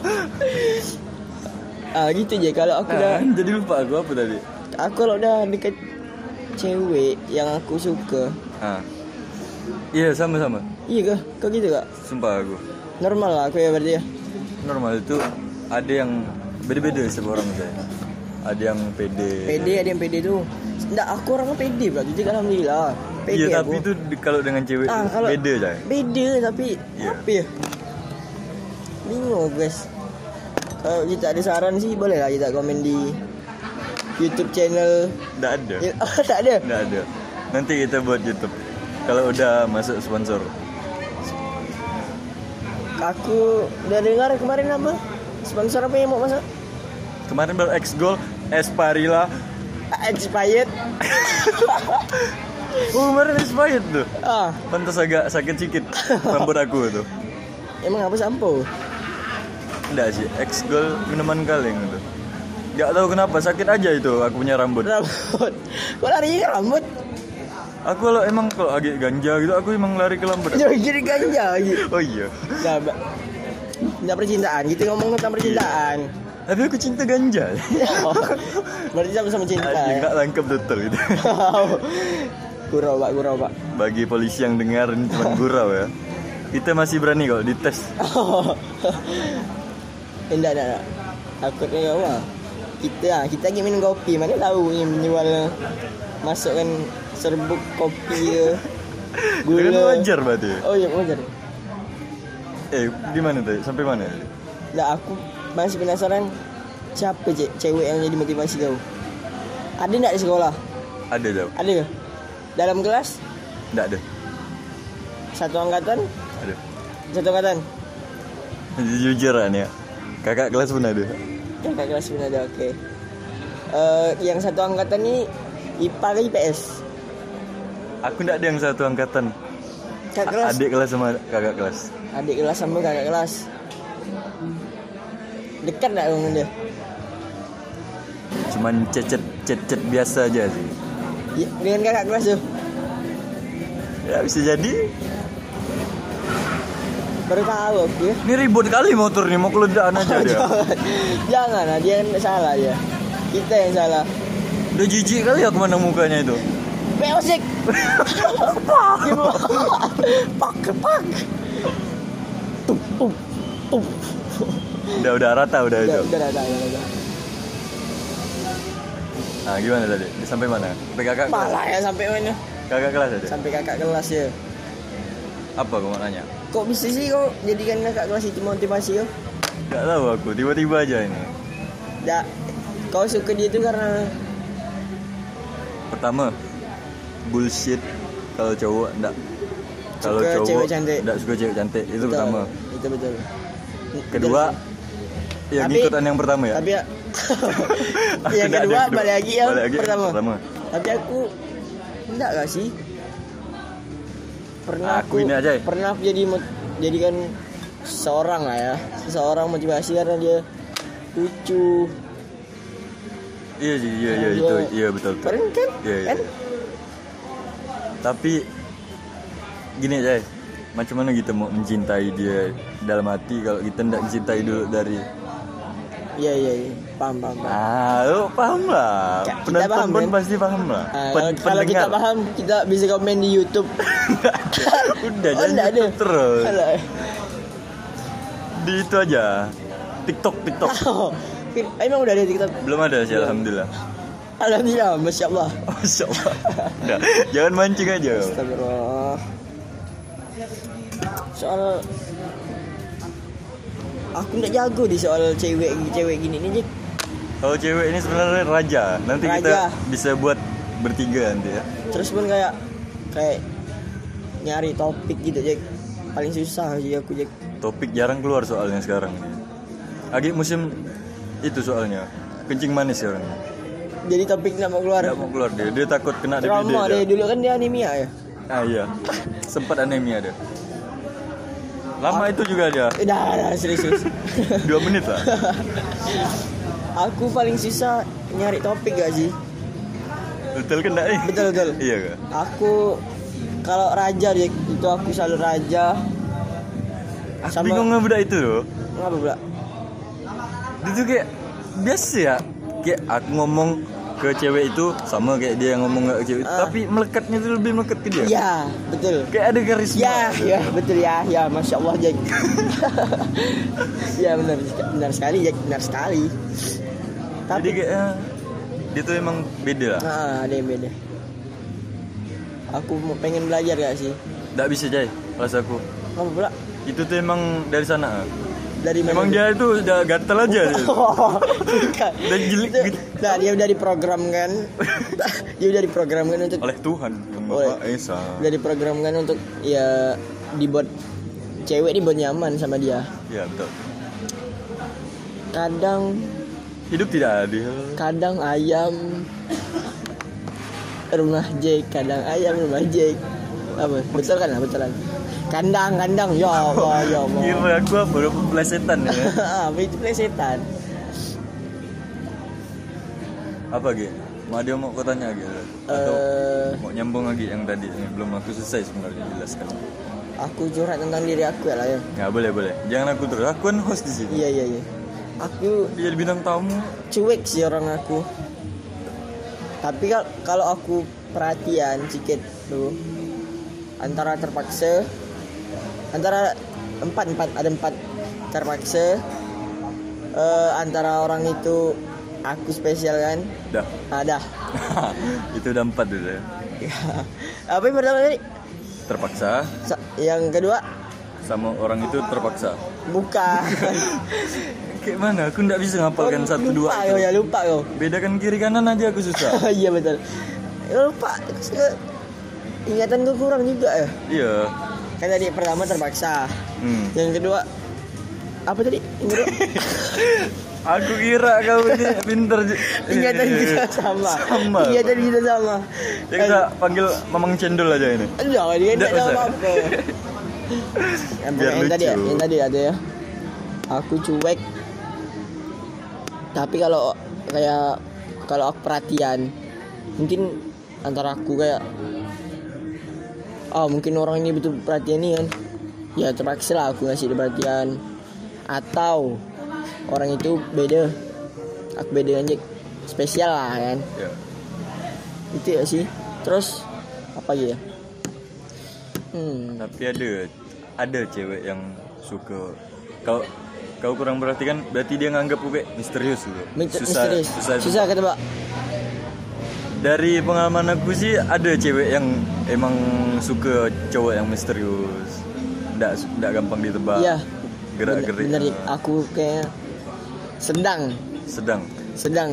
Ah gitu je kalau aku dah Nah, jadi lupa aku apa tadi? aku kalau dah dekat cewek yang aku suka. Ah. Iya sama-sama. Iya ke? Kau gitu kak? Sumpah aku. Normal lah aku ya berarti ya. Normal itu ada yang beda-beda setiap orang saya. Ada yang pede. Pede ada yang pede tu. Enggak, aku orangnya pede berarti. Jadi alhamdulillah. Pede Iya aku. tapi itu di- kalau dengan cewek Ah, tuh kalau- beda coy. Beda tapi Iya. apa ya? Bingung guys. Kalau kita ada saran sih boleh lah kita komen di YouTube channel. Nggak ada. Ya, oh, tak ada. Nggak ada. Nanti kita buat YouTube. Kalau udah masuk sponsor. Aku udah dengar kemarin apa? Sponsor apa yang mau masuk? Kemarin baru X Gold, Esparilla. Expired. Oh kemarin expired tuh. Ah, Pantas agak sakit sedikit rambut aku tuh. emang apa sampo? Enggak sih, X Gold minuman kaleng itu. Gak tahu kenapa sakit aja itu aku punya rambut. Rambut. Kok larinya ke rambut? Aku kalau emang kalau agak ganja gitu aku emang lari ke rambut. Jadi gini ganja gitu. Oh iya. Nah, ba- Nggak percintaan, kita ngomong tentang percintaan. Tapi aku cinta ganja. Berarti sama-sama cinta Aji ya? nggak lengkap betul itu. Gurau pak, gurau pak. Bagi polisi yang dengar ini cuma gurau ya. Kita masih berani kalau dites. Enggak, enggak, enggak. Takutnya apa? Kita ah, kita lagi minum kopi, mana tahu yang menjual masukkan serbuk kopi ke Itu kan gula. wajar berarti. Oh iya wajar. Eh, gimana tadi? Sampai mana? Nah, aku masih penasaran siapa cek cewek yang jadi motivasi kau? Ada enggak di sekolah? Ada jauh. Ada ke? Dalam kelas? Enggak ada. Satu angkatan? Ada. Satu angkatan? Jujuran ya. Kakak kelas pun ada. Yang kakak kelas pun ada, oke. Eh, yang satu angkatan ni I P A ke I P S? Aku enggak ada yang satu angkatan. Kakak kelas? Adik kelas sama kakak kelas. Adik kelas sama kakak kelas. Dekat tak dengan dia? Cuman cecet cecet biasa aja sih. Ya, dengan kakak kelas tu? Ya bisa jadi. Baru tahu aku ya. Ini ribut kali motor nih, mau keledakan aja dia. Jangan, jangan lah, dia kan salah ya. Kita yang salah. Udah jijik kali aku mana mukanya itu. Beosik. Pak, pak. Tup, tup, tup. Udah udah rata udah itu. Udah, udah, udah, udah, udah. Nah gimana tadi? Sampai mana? Sampai kakak kelas? Malah ya sampai mana? Kakak kelas aja? Sampai kakak kelas ya. Apa kau mau nanya? Kok bisa sih kau jadikan kakak kelas itu motivasi kau? Gak tahu aku, tiba-tiba aja ini. Ya, kau suka dia itu karena Pertama, bullshit kalau cowok enggak. Kalau Suka cowok cewek cantik. enggak suka cewek cantik, itu Betul, pertama. Itu betul. Kedua, yang Tapi- ikutan yang pertama ya. Tapi ya, Aku yang nggak ada kedua yang kedua. balik lagi yang Balik lagi yang pertama. pertama. Tapi aku enggak gak sih? Pernah Aku aku, ini aja ya. pernah aku jadi mot- jadikan seorang lah ya, seseorang motivasi karena dia lucu. Iya sih, iya iya Dia- itu, iya betul betul. Keren kan? Iya iya. Kan? iya. Tapi gini aja, macam mana kita mau mencintai dia dalam hati kalau kita tidak mencintai dulu dari. Iya iya iya, paham paham. paham. Ah, lu paham lah. Kita Penonton paham, pun kan? pasti paham lah. Ah, Pen- kalau, kalau kita pendengar. paham, kita bisa komen di YouTube. Udah Oh, jangan enggak ada. YouTube terus. Alah. Di itu aja. TikTok TikTok. Oh, emang udah ada TikTok? Belum ada sih alhamdulillah. Alhamdulillah, Masya Allah. Masya Allah. Udah, jangan mancing aja. Astagfirullah. Soal aku nggak jago di soal cewek cewek gini nih, Jik. Kalau cewek ini sebenarnya raja. Nanti Raja. kita bisa buat bertiga nanti ya. Terus pun kayak kayak nyari topik gitu Jack. Paling susah sih aku Jack. Topik jarang keluar soalnya sekarang. Lagi musim itu soalnya. Kencing manis ya orangnya. Jadi topik nggak mau keluar. Nggak mau keluar dia. Dia takut kena D P D. Trauma dia. deh, dulu kan dia anemia ya. Ah iya. Sempat anemia dia. Lama itu juga dia. Udah, udah serius. Dua menit lah. Aku paling susah nyari topik gak sih? Betul kan enggak? Betul betul. Iya kan? Aku kalau raja Jack, itu aku selalu raja. Aku bingung sama budak itu loh. Kenapa pula? Dia tuh kayak biasa ya. Kayak aku ngomong ke cewek itu sama kayak dia yang ngomong ke cewek itu, Ah. tapi melekatnya tuh lebih melekat ke dia. Iya, betul. Kayak ada karisma. Ya, ya, betul ya, ya, masya Allah Jack. Ya benar, benar sekali Jack, benar sekali. Jadi Tapi, kayaknya dia tuh emang beda lah. nah, ada yang beda. Aku mau pengen belajar gak sih? Nggak bisa Jay, rasaku. Apa pula? Itu tuh emang dari sana. Dari mana? Emang dia itu udah gatel aja dia. Oh, bukan. Dan jelek Itu- gitu. Nah, dia udah diprogramkan. Dia udah diprogramkan untuk Oleh Tuhan yang Oleh- Maha Esa. udah diprogramkan untuk ya dibuat cewek dibuat nyaman sama dia. Ya betul. Kadang Hidup tidak adil. kadang ayam rumah Jack, kadang ayam rumah Jack. Apa? Betul kan? Betul kan? Kandang, kandang. Ya Allah, ya Allah. Kira aku apa? Udah pelesetan ya. Apa itu plesetan? Apa gitu? Mau dia mau kau tanya gitu? Atau Eh, mau nyambung lagi yang tadi ini belum aku selesai sebenarnya jelaskan. aku curhat tentang diri aku ya lah ya. Nggak boleh boleh. Jangan aku terus. Aku kan host di sini. Iya, iya, iya. Aku Dia jadi bintang tamu. cuek sih orang aku. Tapi kal- kalau aku perhatian sedikit tuh antara terpaksa antara empat empat ada empat terpaksa eh, antara orang itu aku spesial kan Dah. ada. Itu udah empat dulu ya. Apa yang pertama tadi? Terpaksa Sa- yang kedua sama orang itu terpaksa. bukan. Kayak mana? Aku nggak bisa ngapalkan satu dua. Lupa yo ya lupa yo. Bedakan kiri kanan aja aku susah. Iya betul. Ya, lupa. Ingatan gue kurang juga ya. Iya. Kan tadi pertama terpaksa. Hmm. Yang kedua apa tadi? Yang kedua Aku kira kau ini pinter. je- ingatan Eh, kita sama. Sama. Ingatan kita sama. Ya kita panggil Mamang Cendol aja ini. Enggak, dia Nggak enggak tahu usah. apa. Yang, Biar yang tadi ya, lucu. yang tadi ada ya. Aku cuek. Tapi kalau kayak kalau aku perhatian, mungkin antara aku kayak oh mungkin orang ini betul perhatian nih kan. Ya terpaksa lah aku ngasih dia perhatian. Atau orang itu beda. Aku beda aja spesial lah kan. Ya. Itu ya sih. Terus apa ya? Hmm. Tapi ada ada cewek yang suka kau kau kurang perhatikan berarti dia nganggap gue misterius loh. Mis- misterius. susah, Susah ketebak. Dari pengalaman aku sih ada cewek yang emang suka cowok yang misterius. Nggak nggak gampang ditebak. Iya. Gerak-gerik. Bener, bener, aku kayak sedang, Sedang. sedang.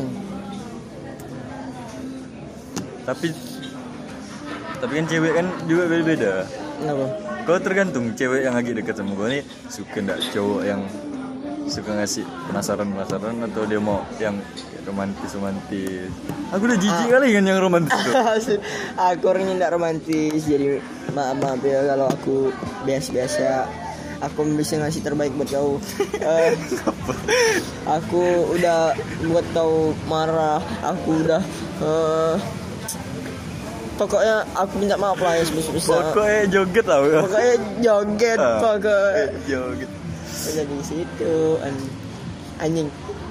Tapi tapi kan cewek kan juga beda-beda. Kenapa? Kau tergantung cewek yang lagi dekat sama kau nih suka nggak cowok yang suka ngasih penasaran-penasaran atau dia mau yang romantis-romantis. Aku udah jijik Ah. kali kan yang romantis tuh. Aku orangnya tidak romantis, jadi maaf maaf ya kalau aku biasa-biasa. Aku bisa ngasih terbaik buat kau. Eh, aku udah buat kau marah. Aku udah eh, pokoknya aku minta maaf lah ya sebesar-besar. Pokoknya joget lah. Pokoknya joget, Ah, pokoknya. joget. Jadi situ an- anjing.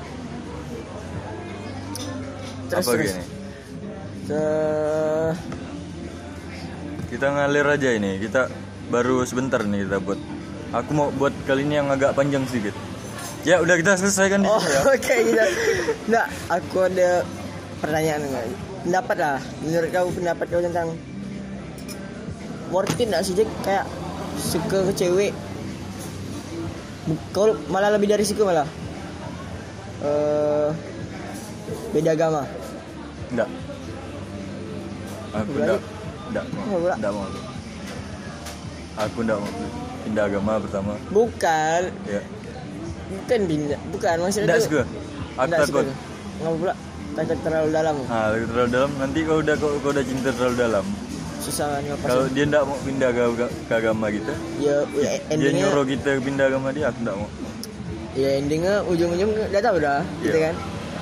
Terus Apa terus. gini? Se- Kita ngalir aja ini. Kita baru sebentar nih kita buat. Aku mau buat kali ini yang agak panjang sedikit. Ya udah kita selesaikan di Oh, sini ya. oke kita. Nah, aku ada pertanyaan enggak? Pendapat lah. Menurut kau pendapat kau tentang worth it enggak sih Jack? Kayak suka ke cewek. Kau malah lebih dari suka malah. Eh Beda agama. Enggak. Aku Berarti- enggak enggak mau. Oh, pula. Enggak mau. Aku enggak mau pindah agama pertama. Bukan, Ya. bukan pindah, bukan maksudnya Enggak tuh- suka. Aku Nggak takut. suka. Ngapa pula? Takut terlalu dalam. Ah, terlalu dalam nanti kau udah kau, kau udah cinta terlalu dalam. Susah kan ngapa Kalau sih? dia enggak mau pindah ke, ke agama kita, Ya, ya dia endingnya, nyuruh kita pindah agama dia, aku enggak mau. ya endingnya ujung-ujung udah tahu dah, gitu Iya. kan.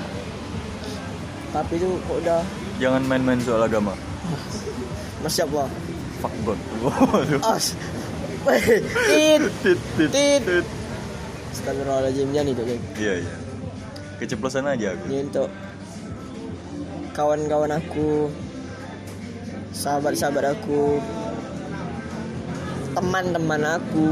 Tapi tuh kok udah, Jangan main-main soal agama. Masya Allah. Fuck God. Waduh. As, Weh, tit, Tit, tit, tit. tit. Astagfirullahaladzim, jangan itu geng. Iya, iya. Keceplosan aja aku. Ini untuk kawan-kawan aku, sahabat-sahabat aku, teman-teman aku,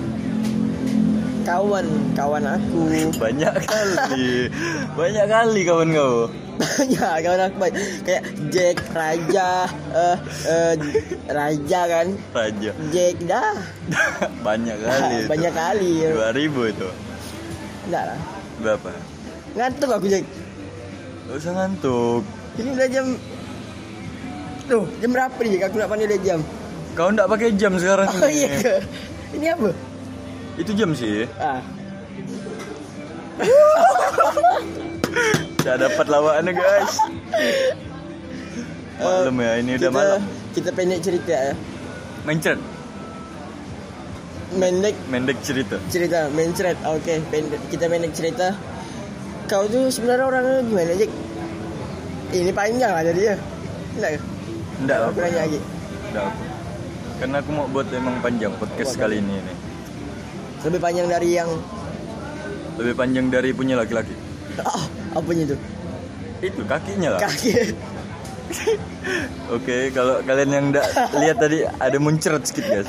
kawan-kawan aku. Banyak kali. Banyak kali kawan kau. Banyak kawan aku baik. Kayak Jack, Raja, eh eh, Raja kan, Raja. Jack dah. Banyak kali. itu. Banyak kali. dua ribu itu. Enggak lah. Berapa? Ngantuk aku Jack. Gak usah ngantuk. Ini udah jam. Tuh, jam berapa nih Jack? Aku nak panggil dia jam. Kau enggak pakai jam sekarang Oh ini. iya ke? Ini apa? Itu jam sih. Ah. Tidak dapat lawakannya guys. Maklum ya, ini udah kita, malam. Kita pendek cerita ya. Mencret, Pendek mendek cerita. cerita, mencret. Oke, pendek. Kita pendek cerita. Kau tuh sebenarnya orangnya gimana Jack? Ini panjang lah jadi ya. Enggak ya? Enggak Aku aku. nanya lagi. Enggak aku. Karena aku mau buat emang panjang podcast Buat kali ini nih. Lebih panjang dari yang Lebih panjang dari punya laki-laki. ah, apanya itu? Itu kakinya lah. Kaki. Oke, kalau kalian yang enggak lihat tadi ada muncrat sedikit guys.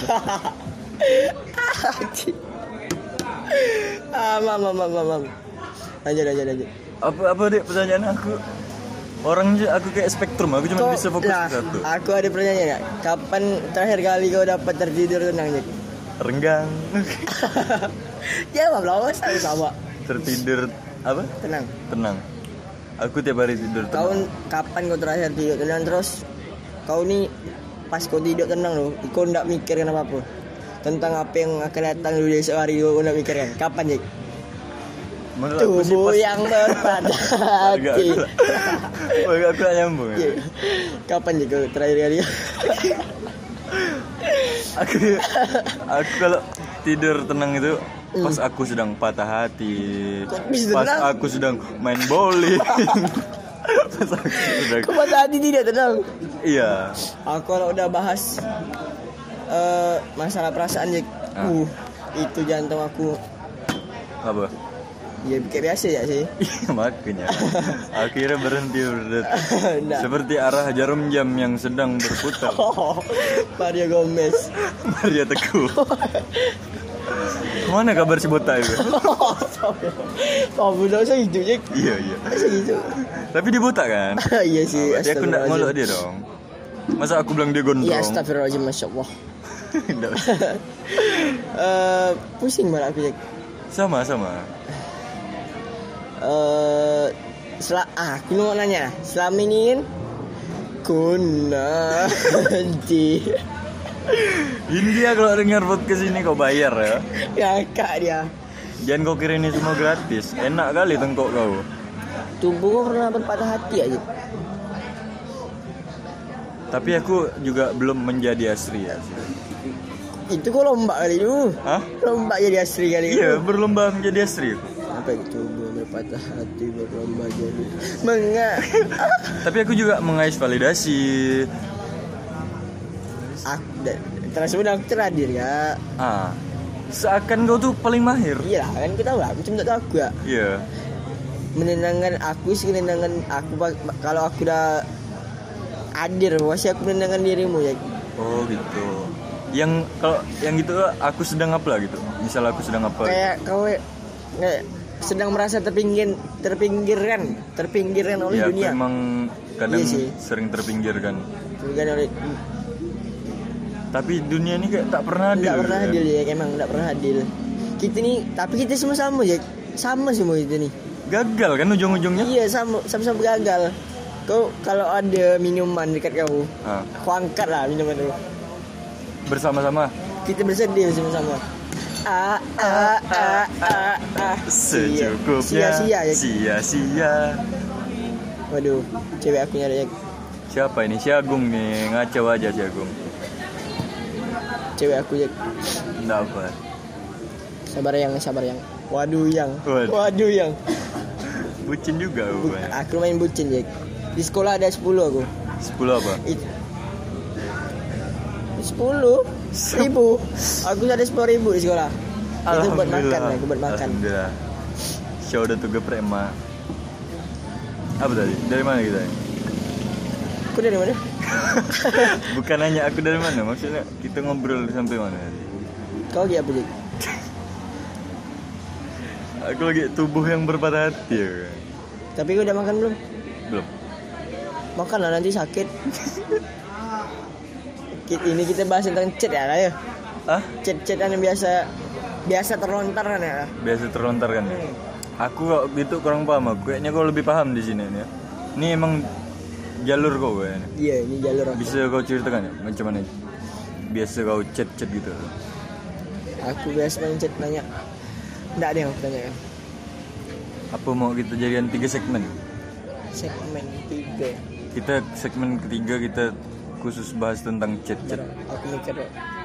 ah, mam, mam, mam, mam, mam. Lanjut, lanjut, lanjut. Apa apa deh pertanyaan aku? Orangnya aku kayak spektrum, aku cuma Kau- bisa fokus nah, ke satu. Aku ada pertanyaan ya. Kapan terakhir kali kau dapat tertidur tenang Jack? Renggang. Jawab lah, Mas. Aku sama. Tertidur apa? Tenang. Tenang. Aku tiap hari tidur Kau tenang. kapan kau terakhir tidur tenang terus? Kau nih pas kau tidur tenang loh, kau ndak mikirkan apa-apa tentang apa yang akan datang di esok hari. Kau ndak mikirkan. Kapan Jack? Menurut aku sih Tubuh pas yang berpatah Agak hati. aku lah. Agak aku lah nyambung ya. Iya. Kapan Jack kau terakhir kali? Aku aku kalau tidur tenang itu pas aku sedang patah hati, Kok bisa pas tenang? aku sedang main bowling, pas aku sedang Kau patah hati tidak tenang? iya. Aku kalau udah bahas eh, masalah perasaan Jack, Ah. uh, itu jantung aku Apa? ya kayak biasa ya sih. Iya, makanya akhirnya berhenti berdetak Nggak. seperti arah jarum jam yang sedang berputar. Oh, Mario Gomez. Maria Teguh. Mana kabar si Bota itu? Oh, udah usah gitu Jack. Iya iya. Masa gitu. Tapi dia botak kan? Iya sih. Berarti aku nggak astagfirullahaladzim. ngelok dia dong. Masa aku bilang dia gondrong? Iya, astagfirullahaladzim, masya Allah. Nggak. Eh, pusing malah aku Jack. Sama sama. Eh, sel- ah, aku mau nanya. Selama ini kan kuna nanti Ini dia kalau dengar podcast ini kau bayar ya. ngakak dia. Jangan kau kira ini semua gratis. Enak kali tengkok kau. Tubuh kau pernah berpatah hati aja. Tapi aku juga belum menjadi asri ya. Itu kok lomba kali dulu. Hah? Lomba jadi asri kali Iya, dulu. berlomba menjadi asri. Apa itu tubuh berpatah hati berlomba jadi menga. Tapi aku juga mengais validasi. Aku dan terus udah aku terakhir ya. Ah, seakan kau tuh paling mahir. Iya lah, kan kita tahu lah. Aku cuma tak tahu aku ya. Iya. Menenangkan aku sih, menenangkan aku pa- kalau aku udah hadir pasti aku menenangkan dirimu ya. Oh gitu. Yang kalau yang gitu aku sedang apa lah gitu. Misal aku sedang apa? Kayak kau kayak sedang merasa terpinggir terpinggirkan terpinggirkan oleh Ya, aku dunia. emang kadang Iya sih. sering terpinggirkan. Terpinggirkan oleh Tapi dunia ini kayak tak pernah adil. Tidak pernah kan? adil ya, emang tidak pernah adil. Kita nih, tapi kita semua sama ya, sama semua itu nih. Gagal kan ujung-ujungnya? Iya, sama sama gagal. Kau kalau ada minuman dekat kau, Ah. kau angkat lah minuman itu. Bersama-sama. Kita bersedih bersama-sama. Ah ah ah ah ah. Secukupnya. Sia-sia ya. Sia-sia. Waduh, cewek aku nyari Siapa ini? Si Agung nih, ngaco aja si Agung. cewek aku ya. Enggak apa. Sabar yang, sabar yang. Waduh yang. Waduh. Waduh yang. Bucin juga Bu- gue. aku main bucin ya. Di sekolah ada sepuluh aku. Sepuluh apa? It- sepuluh ribu. Aku ada sepuluh ribu di sekolah. Itu buat makan, ya, aku buat makan. Alhamdulillah. Show udah tuh geprek emak. Apa tadi? Dari mana kita? Aku dari mana? Bukan nanya aku dari mana, maksudnya kita ngobrol sampai mana tadi? Kau lagi apa Jack? Aku lagi tubuh yang berpatah hati ya. Tapi kau udah makan belum? Belum. Makan lah nanti sakit. Ki- Ini kita bahas tentang chat ya lah ya. Ah? Chat-chatan yang biasa biasa terlontar kan ya. Biasa terlontar kan ya? Aku kok gitu kurang paham aku. Kayaknya kau lebih paham di sini nih ya. Ini emang jalur kau kayaknya. Iya, ini jalur aku. Bisa kau ceritakan ya? Macam mana? Biasa kau chat-chat gitu. Aku biasa main chat nanya. Enggak ada yang aku tanyakan. Apa mau kita jadikan tiga segmen? Segmen tiga. Kita segmen ketiga kita khusus bahas tentang chat-chat. Aku mikir.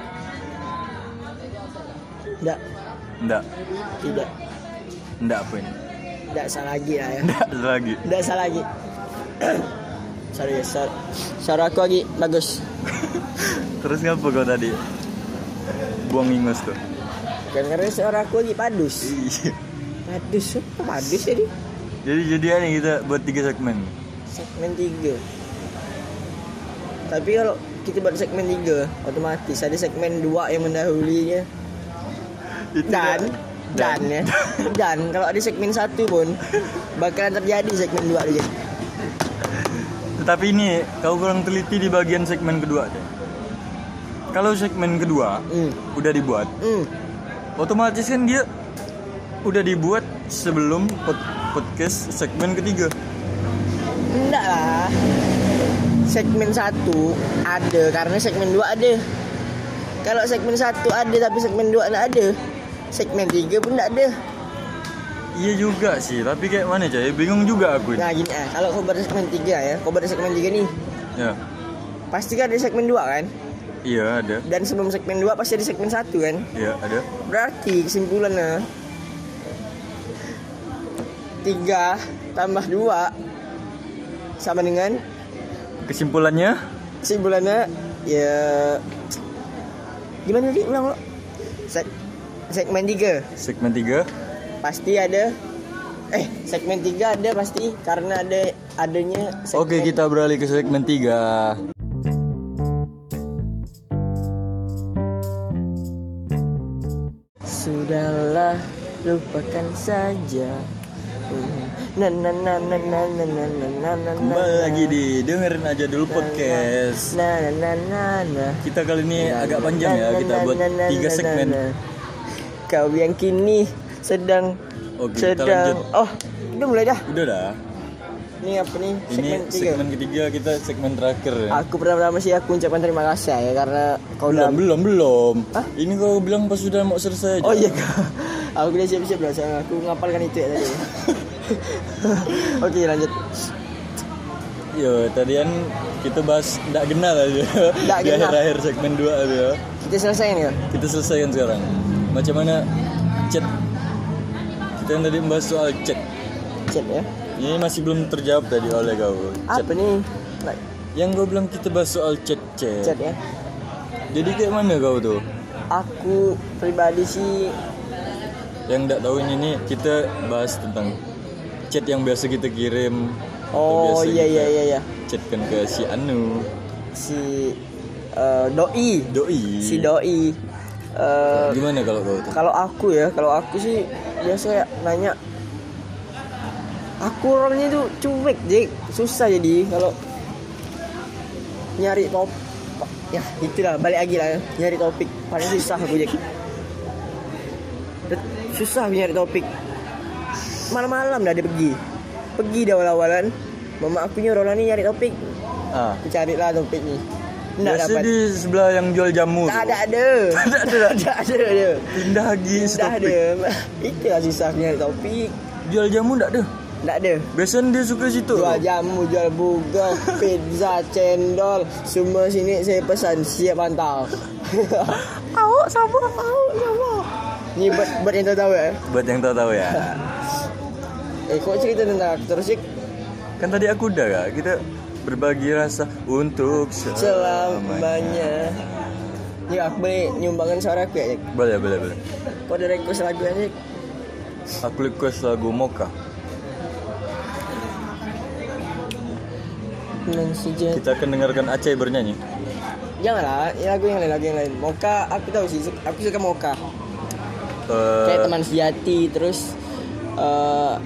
Enggak, Enggak, tidak. enggak apa ini? Enggak salah lagi lah ya. Enggak lagi. Enggak salah lagi. Sorry ya, suara, suara aku lagi bagus. Terus ngapa kau tadi? Buang ingus tuh. Kan karena suara aku lagi padus. Iya. Padus, apa padus jadi? Jadi jadian nih kita buat tiga segmen. Segmen tiga. Tapi kalau kita buat segmen tiga, otomatis ada segmen dua yang mendahulinya. Itu Dan kan- dan ya. Dan kalau ada segmen satu pun bakalan terjadi segmen dua aja. Tetapi ini kau kurang teliti di bagian segmen kedua deh. Kalau segmen kedua Hmm. udah dibuat, Hmm. otomatis kan dia udah dibuat sebelum pod- podcast segmen ketiga. Enggak lah. Segmen satu ada karena segmen dua ada. Kalau segmen satu ada tapi segmen dua enggak ada. Segmen tiga pun enggak ada. Iya juga sih, tapi kayak mana coy? Bingung juga aku ini. Nah gini ah, kalau kau pada segmen tiga ya, kau pada segmen tiga nih, Ya, pasti kan ada segmen dua kan? iya ada, Dan sebelum segmen dua pasti ada segmen satu kan? iya ada. Berarti kesimpulannya tiga tambah dua sama dengan Kesimpulannya? kesimpulannya ya gimana tadi ulang lo? Seg- segmen tiga Segmen tiga. pasti ada eh segmen tiga ada pasti karena ada adanya segmen. Oke, kita beralih ke segmen tiga. Sudahlah lupakan saja. Na na na na na na na na na na. Kembali lagi di dengerin aja dulu podcast. Na na na na na. Kita kali ini agak panjang ya, kita buat tiga segmen. Kau yang kini sedang Oke, kita sedang lanjut. oh udah mulai dah. Udah dah. Ini apa nih? Ini Segmen tiga. segmen ketiga, kita segmen terakhir ya. Aku pertama-tama sih aku ucapkan terima kasih ya karena kau udah. Belum, belum, belum. Hah? Ini kau bilang pas sudah mau selesai aja. Oh iya kak. Aku udah siap-siap lah, sayang. Aku ngapalkan itu ya tadi. Oke lanjut. Yo, tadi kan kita bahas ndak kenal aja. Ndak Di kenal. akhir-akhir segmen dua aja. Ya. Kita selesaikan ya. Kita selesaikan sekarang. Macam mana chat? Kita yang tadi membahas soal chat. Chat ya. Ini masih belum terjawab tadi oleh kau. Chat. Apa nih? Like, Yang gue bilang kita bahas soal chat chat. chat ya. Jadi kayak mana kau tuh? Aku pribadi sih Yang nggak tahu ini nih kita bahas tentang chat yang biasa kita kirim. atau oh biasa iya kita iya iya iya. Chatkan ke si Anu, Si eh, doi. doi. Si doi. Eh, Gimana kalau kau tuh? kalau aku ya, kalau aku sih biasa ya nanya. Aku orangnya tuh cuek, Jek. Susah jadi kalau nyari top. Ya, itulah balik lagi lah. Nyari topik paling susah aku, Jek. Susah nyari topik. malam-malam dah dia pergi. Pergi dah awal-awalan. Mama aku nyuruh lah ni nyari topik. Ah. Aku carilah topik ni. Tak Biasa dapat. di sebelah yang jual jamu. Tak tu. ada ada. Tak ada. Tak ada dia. Pindah lagi Tak topik. ada. Itulah susah aku nyari topik. Jual jamu tak ada. Tak ada. Biasanya dia suka situ. Jual jamu, jual burger, pizza, cendol. Semua sini saya pesan siap hantar. Awak sabar, awak sabar. Ni buat buat yang tahu-tahu eh. Buat yang tahu-tahu ya. Eh kau cerita tentang aku terus Cik. Kan tadi aku udah kak. Kita berbagi rasa untuk selamanya. Selamanya. Ya aku boleh nyumbangkan suara aku ya Cik. Boleh, boleh, boleh. Kau ada request lagu ya Cik? Aku request lagu Mocha. Bulan sejati. Kita akan dengarkan Aceh bernyanyi. Janganlah, ya lagu yang lain, lagu yang lain. Mocha, aku tahu sih, aku suka Mocha. Uh, Kayak teman sejati, terus uh,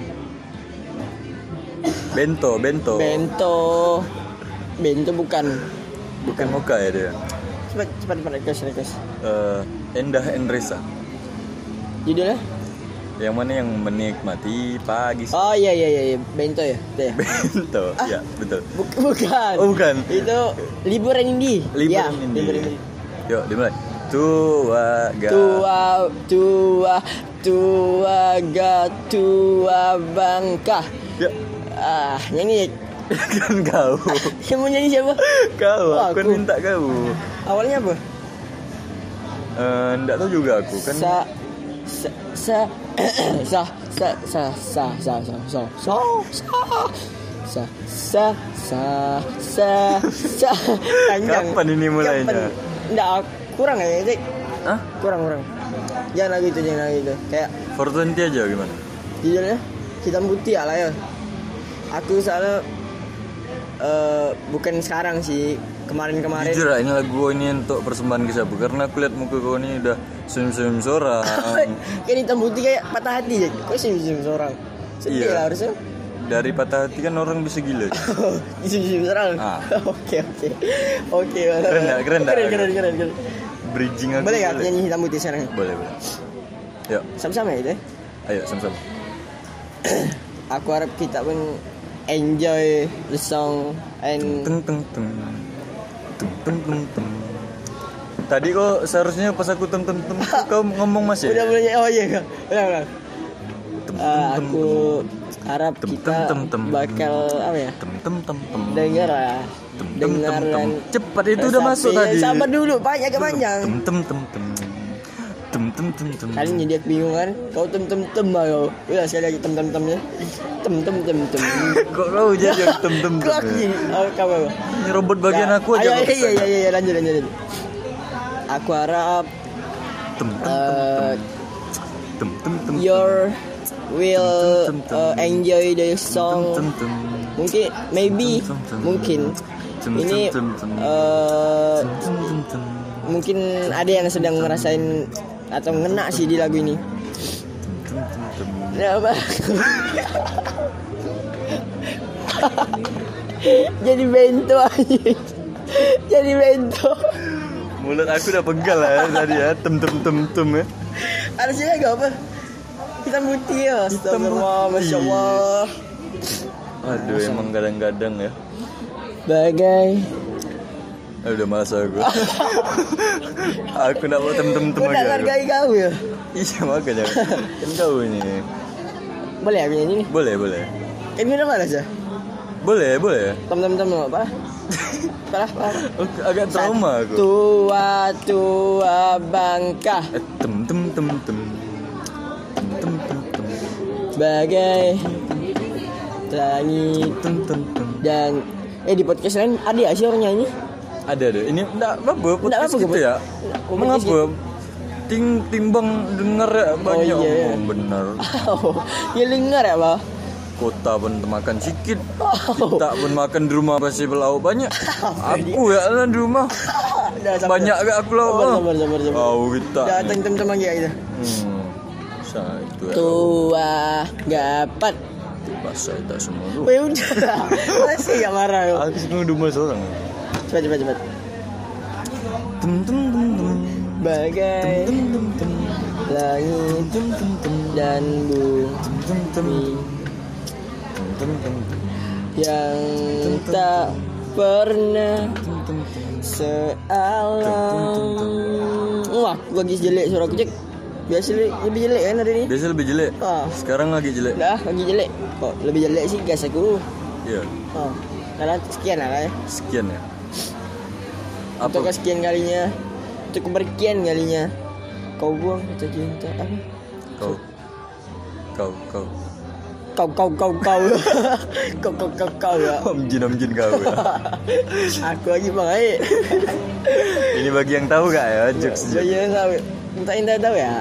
Bento, Bento. Bento, Bento bukan, Bukan Mocha ya dia. cepat cepat cepat request request. Uh, Endah Endresa. Judulnya? Yang mana yang menikmati pagi. Oh iya iya iya, iya. Bento ya, itu ya. Bento, ya betul. Buk- bukan. Oh bukan. Itu liburan indie. Liburan ya, indie. Liburan indie. Yuk dimulai. Tua ga. Tua tua tua ga tua bangka. Ya. Ah, nyanyi. Kan kau. Yang mau nyanyi siapa? Kau, Oh, aku kan aku. minta kau. Awalnya apa? Eh, enggak tahu juga aku kan. Sa sa sa sa sa sa sa sa sa sa sa sa sa sa sa sa panjang. Kapan ini mulainya? Kapan? Nggak, kurang ya Cik. Hah? Kurang kurang. Jangan lagi itu, jangan lagi itu. Kayak four twenty aja gimana? judulnya hitam putih lah ya. Aku soalnya eh, bukan sekarang sih, kemarin-kemarin. Jujur lah, ini lagu ini untuk persembahan ke siapa? Karena aku lihat muka kau ini udah senyum-senyum seorang. Kayak hitam putih kayak patah hati Cik. Kok senyum-senyum seorang? Sedih Iya. lah harusnya. Dari patah hati kan orang bisa gila. Senyum-senyum seorang. Ah. Oke oke. Oke. Keren tak? Keren tak? Keren keren keren keren. Bridging aku. Boleh nggak nyanyi hitam putih sekarang? Boleh, boleh. Yuk, Sama-sama ya itu. ya? ayo sama-sama. Aku harap kita pun enjoy the song and Teng teng teng. Teng teng teng teng. Tadi kok seharusnya pas aku tem tem tem kau ngomong masih. udah mulai oh iya kak. Udah udah. Tem, Uh, tem, aku harap Tem, kita tem, tem, tem. bakal apa ya? tem tem tem tem. Dengar lah. Tem, tem, Dengar tem, tem. dan Cepat itu udah Sapi- masuk tadi. Sabar dulu, banyak ke panjang. Tem tem tem tem. Tem tem tem tem. Kali ini dia kebingungan. Kau tem tem tem lah kau. Udah sekali lagi tem tem temnya. Tem tem tem tem. Kok kau jadi yang tem tem Kau aku tem. jadi. Oh, kau apa? Ini robot bagian Ya, aku aja. ayo, kok iya bisa. iya iya iya lanjut lanjut. lanjut. Aku harap Tem tem uh, tem tem tem. your will Tem, tem, tem. uh, enjoy the Tem song. tem tem. Mungkin maybe Tem, tem, tem. mungkin Tem, ini tem, tem, tem. uh, Tem tem tem tem. mungkin ada yang sedang ngerasain atau ngena sih di lagu ini. Tem tem tem. Ya, apa? Jadi bento aja. Jadi bento. Mulut aku udah pegal lah ya, tadi ya. Tem tem tem tem ya. Harusnya agak apa? Hitam putih ya. Astagfirullah, putih. Masya Allah. Aduh emang kadang-kadang ya. Bagai Ah, udah malas aku. Aku nak buat tem tem tem Kau nak lagi. aku. hargai kau ya? Iya makanya. Kan kau ini. Boleh aku nyanyi nih? Boleh boleh. Eh, minum apa aja? Boleh boleh. Tem-tem-tem apa? Parah, parah. Aku agak trauma aku. Tua, tua bangka Eh, tem tem tem tem. Tem tem tem tem. bagai langit Tem tem tem. dan eh di podcast lain ada ya sih orang nyanyi? Ada ada. Ini enggak apa-apa podcast apa-apa, gitu ya. podcast Mengapa? Ting timbang dengar ya banyak iya, iya. omong benar. Oh, ya dengar ya, Pak. Kota pun makan sikit. Oh. Kita pun makan di rumah pasti belauk banyak. Aku ya lah di rumah. Dah, sabar. Banyak gak aku lauk. Sabar, sabar, sabar, sabar. Oh kita. Dah tem-tem lagi ya gitu. Hmm. Sa itu ya. Tua gapat. Bahasa tak semua tu. Oh, ya udah. Masih gak marah yo. Aku suka ngedumel seorang. Cepat cepat cepat. Tem tem tem tem. Bagai Tem tem tem. langit dan bumi yang tak pernah sealam. Wah, aku lagi jelek suara aku cek. Biasa lebih jelek kan hari ni? Biasa lebih jelek. Ah. Sekarang lagi jelek. Dah, lagi jelek. Kok lebih jelek sih gas aku. Ya. Oh. Karena sekian lah kan. Sekian ya. Untuk Apa? kesekian kalinya, untuk keberkian kalinya, kau buang kata cinta apa? Kau. Kau. Kau. Kau kau kau kau kau kau kau kau ya. Omjin omjin kau ya. Aku lagi baik. Ini bagi yang tahu gak ya jokes Saya yang tahu. Entah yang tahu ya.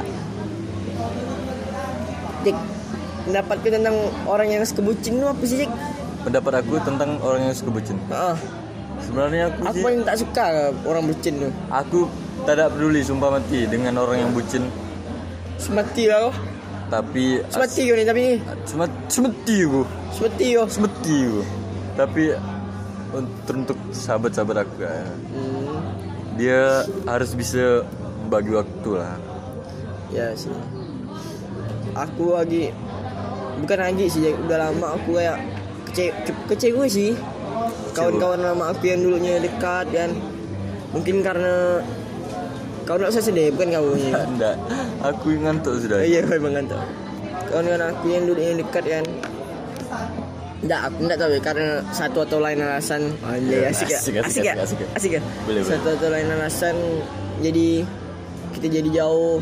Dik, pendapatku tentang orang yang suka bucin itu apa sih, Dik? Pendapat aku tentang orang yang suka bucin. Heeh. Sebenarnya aku Aku sih, paling tak suka orang bucin tu. aku tidak peduli sumpah mati dengan orang yang bucin. Semati lah kau. Tapi Semati kau ni tapi ni. cuma semeti aku. Semati kau. Semeti aku. Tapi untuk, untuk sahabat-sahabat aku ya, Hmm. dia harus bisa bagi waktu lah. Ya sih. Aku lagi bukan lagi sih, udah lama aku kayak kece kecewa sih. Kawan-kawan lama aku yang dulunya dekat kan. Mungkin karena kau nak usah sedih, bukan kau ni. Enggak, aku ngantuk sudah. Oh, iya, memang ngantuk. Kawan-kawan aku yang dulunya dekat kan. Enggak, aku enggak tahu ya karena satu atau lain alasan. Anjay, asik ya? Asik, asik, Asik ya? asik, asik. Asik ya? Boleh, boleh. Satu atau lain alasan jadi kita jadi jauh.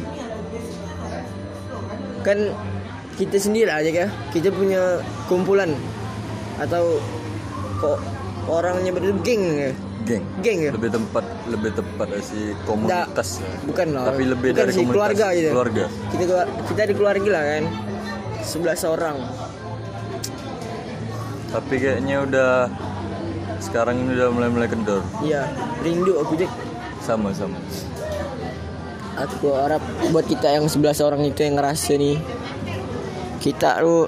Kan kita sendiri aja kan, kita punya kumpulan atau kok orangnya berdua geng ya? Geng. Geng ya? Lebih tempat, lebih tepat sih komunitas. Nggak, bukan lah. Tapi lebih Bukan dari sih, komunitas. keluarga gitu. Keluarga. Kita kita di keluarga lah kan. sebelas orang. Tapi kayaknya udah sekarang ini udah mulai-mulai kendor. Iya, rindu aku Jack. Sama-sama. Aku harap buat kita yang sebelas orang itu yang ngerasa nih, kita tuh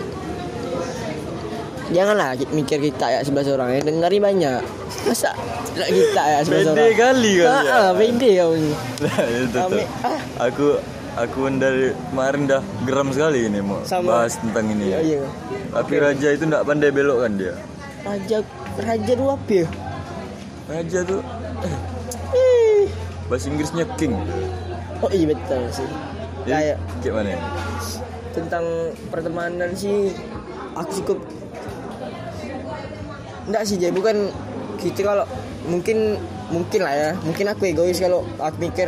janganlah mikir kita ya sebelas orang, yang dengari banyak. Masa lah kita ya sebelas orang. Pede kali kau ya. Ah, pede kau ni. Nah, itu tuh. Ame- ah. Aku aku dari kemarin dah geram sekali ini mau Sama. bahas tentang ini. Iya, iya. Tapi Raja itu enggak pandai belok kan dia. Raja Raja tu apa ya? Raja tuh Eh. bahasa Inggrisnya king. Oh iya betul sih. Jadi, Kayak kayak mana? tentang pertemanan sih aku cukup enggak sih, jadi bukan kita kalau mungkin mungkin lah ya, mungkin aku egois kalau aku mikir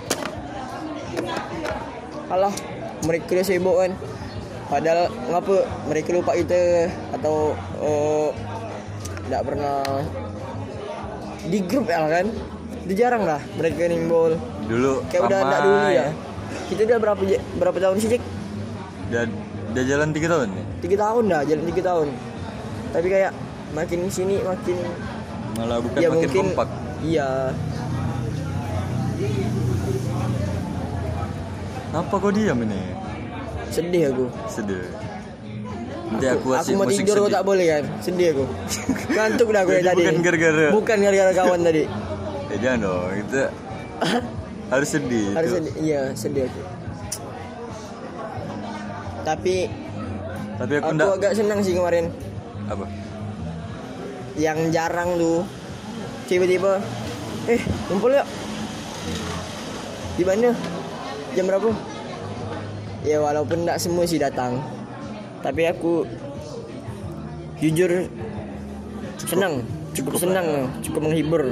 alah mereka udah sibuk kan, padahal ngapa mereka lupa kita atau enggak uh, pernah di grup ya kan, udah jarang lah mereka nimbol Dulu kayak udah enggak dulu ya. Kita udah berapa berapa tahun sih Cik? Dia dia jalan tiga tahun nih. Tiga tahun dah, jalan tiga tahun. Tapi kayak makin sini makin Malah bukan ya makin mungkin kompak. iya. Apa kau diam ini? Sedih aku. Sedih. Nanti aku Aku kasih mau musik tidur kok sedih. tak boleh kan. Sedih aku. Ngantuk dah aku Jadi ya tadi. bukan gara-gara. Bukan gara-gara kawan tadi. Eh jangan dong, itu harus sedih. Harus itu. sedih. Iya, sedih aku. Tapi Tapi aku aku enggak agak senang sih kemarin. apa? Yang jarang tuh tiba-tiba eh kumpul yuk. Di mana? Jam berapa? Ya walaupun tak semua sih datang, tapi aku jujur senang, cukup, cukup senang, cukup menghibur.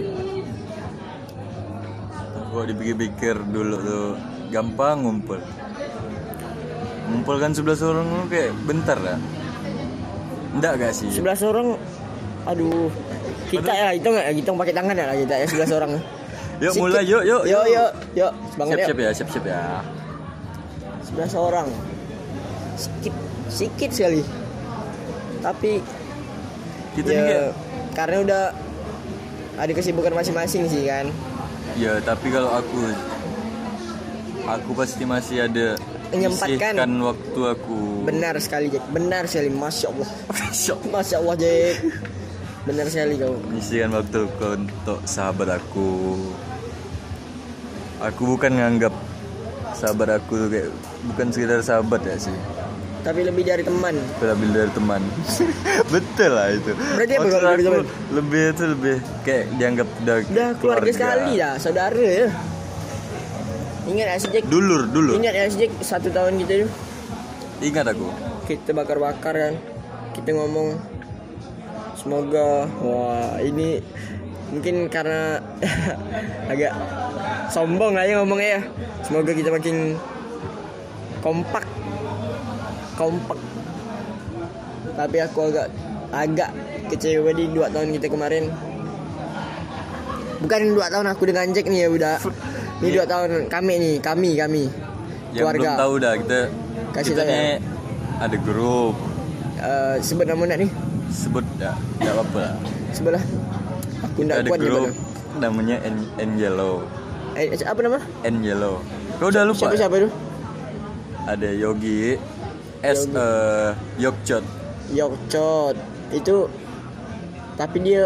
Kalau dipikir-pikir dulu tuh gampang ngumpul. Ngumpul kan sebelas orang lu kayak bentar lah. Enggak gak sih? sebelas orang, aduh, kita ya hitung nggak? Hitung pakai tangan ya lah kita ya sebelas orang. Yuk Sikit. mulai yuk yuk. Yuk yuk yuk, semangat Siap-siap yuk. ya, siap-siap ya. sebelas orang, sikit, sikit sekali. Tapi Kita ya, nih kayak karena udah ada kesibukan masing-masing sih kan. ya, tapi kalau aku aku pasti masih ada Menyempatkan. sisihkan waktu aku. Benar sekali Jack, benar sekali, masya Allah, masya Allah Jack, benar sekali kau. Menyisihkan waktu aku untuk sahabat aku. Aku bukan nganggap sahabat aku tuh kayak bukan sekedar sahabat ya sih, Tapi lebih dari teman. lebih dari teman. Betul lah itu. Berarti apa Maksud kalau dari aku teman? lebih itu lebih kayak dianggap udah, Udah keluarga sekali dah, saudara ya. Ingat ya sejak Dulur dulu. Ingat ya sejak satu tahun kita tuh Ingat aku. kita bakar-bakar kan. Kita ngomong semoga wah ini mungkin karena agak sombong aja ngomongnya ya. Semoga kita makin kompak. Kompak. Tapi aku agak agak kecewa di dua tahun kita kemarin. Bukan dua tahun aku dengan Jack nih ya udah. Ini dua tahun kami nih, kami kami Yang keluarga. belum tahu dah kita Kasih kita tahu ya. nih ada grup. Eh, sebut nama nak nih. Sebut ya, enggak apa-apa lah. Sebelah. Aku Kita ndak ada kuat grup dia. namanya N Yellow. Eh, apa nama? N Yellow. Kau udah lupa? Siapa siapa itu? Ada Yogi, S Yogi. eh Yokchot. Yokchot. Itu tapi dia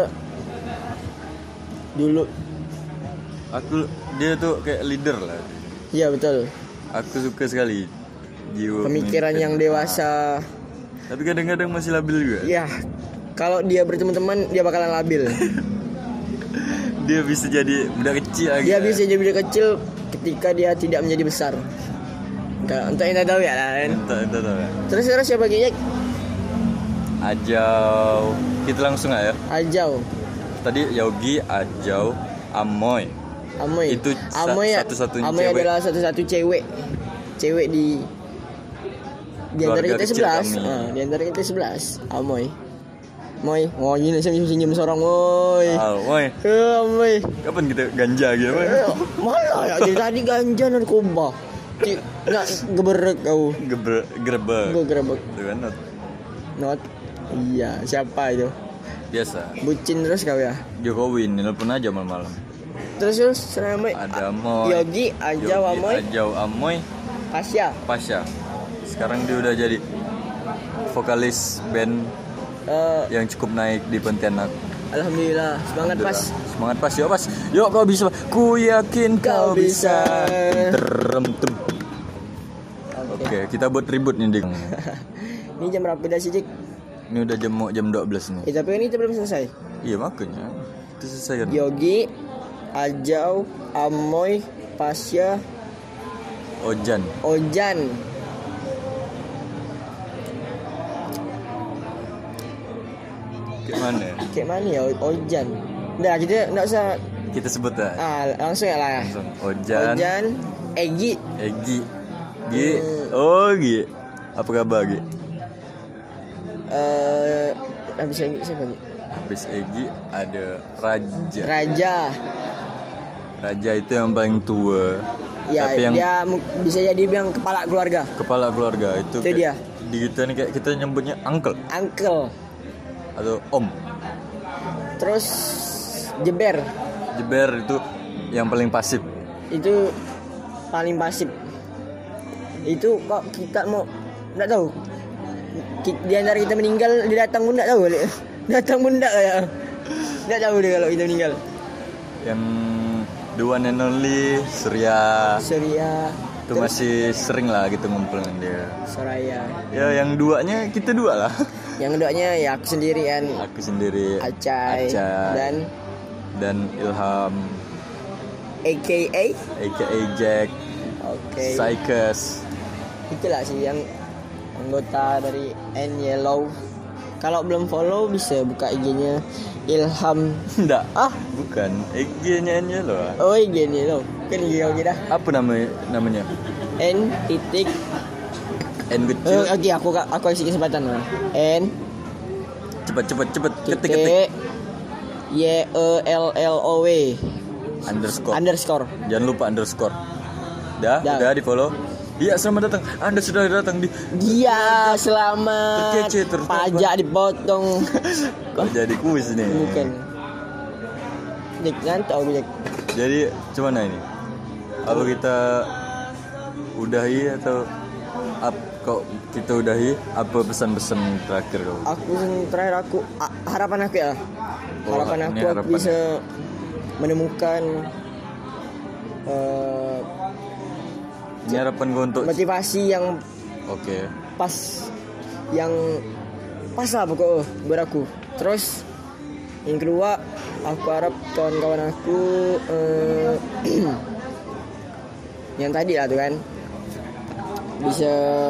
dulu Aku dia tuh kayak leader lah. iya betul. Aku suka sekali jiwa Pemikiran pemimpin. yang dewasa. Tapi kadang-kadang masih labil juga. Ya, kalau dia bertemu teman dia bakalan labil. Dia bisa jadi budak kecil lagi. Dia bisa jadi budak kecil ketika dia tidak menjadi besar. Kalau untuk yang tak tahu ya lah kan. Entah, entah, entah. Terus terus siapa lagi? Ajau. Kita langsung aja. Ajau. Tadi Yogi, Ajau, Amoy. Amoy. Itu sa- Amoy, satu-satunya Amoy cewek. adalah satu-satu cewek. Cewek di di antara Keluarga kita kecil sebelas. kami. Ah, di antara kita sebelas. Amoy. Moy, oh ini senyum-senyum seorang Moy. Amoy. Eh, Moy. Kapan kita ganja gitu, Moy? Eh, malah ya dari tadi ganja narkoba. Ki- Nak geberek kau. Geber, grebek. Gue gerebek. Itu kan not Not. Iya, siapa itu? biasa. Bucin terus kau ya. Jokowi nelpon aja malam-malam. Terus terus seramai Ada Amoy. Yogi, Ajau, Yogi, Amoy, Ajau, Amoy, Pasya. Pasha. Sekarang dia udah jadi vokalis band Eh, yang cukup naik di Pontianak. Alhamdulillah, semangat pas. Semangat pas, yuk pas. Yuk kau bisa. Ku yakin kau, Kau bisa. bisa. Terem tem. Oke, kita buat ribut nih, Dik. Ini jam berapa dah sih, Cik? Ini udah jam jam dua belas nih. Eh, tapi kan itu belum selesai. Iya, makanya. Itu selesai kan. Yogi, Ajau, Amoy, Pasya, Ojan. Ojan. Kayak mana? Kayak mana ya Ojan? Udah kita enggak usah Kita sebut dah. ah langsung ya lah ya. Langsung. Ojan. Ojan, Egi, Egi. Gi. Oh, Gi. Apa kabar, Gi? eh habis Egi siapa lagi? Habis Egi ada Raja. Raja. Raja itu yang paling tua. Ya, Tapi yang dia mu- bisa jadi bilang kepala keluarga. kepala keluarga itu, Itu kayak- dia. Di kita nih kayak kita nyebutnya uncle Uncle. atau om. Terus Jeber. Jeber itu yang paling pasif. Itu paling pasif. Itu kok kita mau enggak tahu. Ki- Di antara kita meninggal dia datang pun enggak tahu balik. Datang pun enggak ya. Enggak tahu dia kalau kita meninggal. Yang the one and only Surya Surya itu masih sering lah gitu ngumpul dengan dia. Soraya. Ya yang duanya kita dua lah. Yang keduanya ya aku sendirian, Aku sendiri, Acai, Acai, dan dan Ilham, A K A. aka Jack, Oke. Psychus. Itulah sih yang anggota dari N Yellow. Kalau belum follow bisa buka I G-nya Ilham. Enggak, ah bukan. I G-nya aja loh. Oh I G nih lo. Kan I G kau kita. Apa namanya? Namanya? N titik. N Oh, kecil. Oke aku aku kasih kesempatan lah. N Cepat cepat cepat. Ketik ketik. titik Y E L L O W Underscore. underscore. Jangan lupa underscore. Dah, Dah. udah di follow. Iya, selamat datang. Anda sudah datang di. Dia selamat. Terkece, tertawa. Pajak dipotong. Kok jadi kuis nih? Bukan. Dik ngantuk aku Dik. Jadi cuman ini. Apa kita udahi atau up kok kita udahi? Apa pesan-pesan terakhir kau? Aku yang terakhir aku a- harapan aku ya. Oh, Harapan ini aku aku harapan bisa menemukan eh, Ini harapan gue untuk motivasi yang Oke. pas, yang pas lah pokoknya buat aku. Terus yang kedua, aku harap kawan-kawan aku eh, yang tadi lah tuh kan bisa,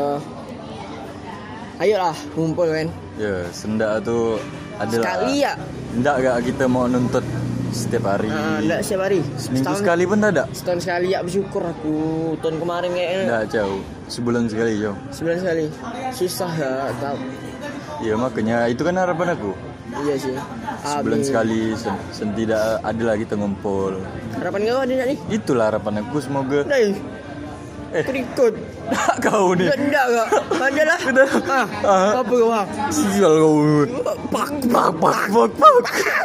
ayolah ngumpul kan. Ya, senda tuh adalah Sekali ya. Enggak gak kita mau nuntut setiap hari. Nah, enggak setiap hari. Seminggu Setahun- sekali pun tak ada. Setahun sekali ya, bersyukur aku. Tahun kemarin kayaknya Enggak jauh. Sebulan sekali jauh. sebulan sekali. Susah ya, tahu. Iya makanya itu kan harapan aku. Iya sih. Sebulan Amin. sekali sen, sen tidak ada lagi kita ngumpul. Harapan kau ada tak nih? Itulah harapan aku semoga. Dah. Eh. Kau ikut. Kau nih. Enggak, enggak enggak. Ada lah. Udah. Ah, Ah. apa kau? Ah? Sial kau. Pak Pak pak pak pak.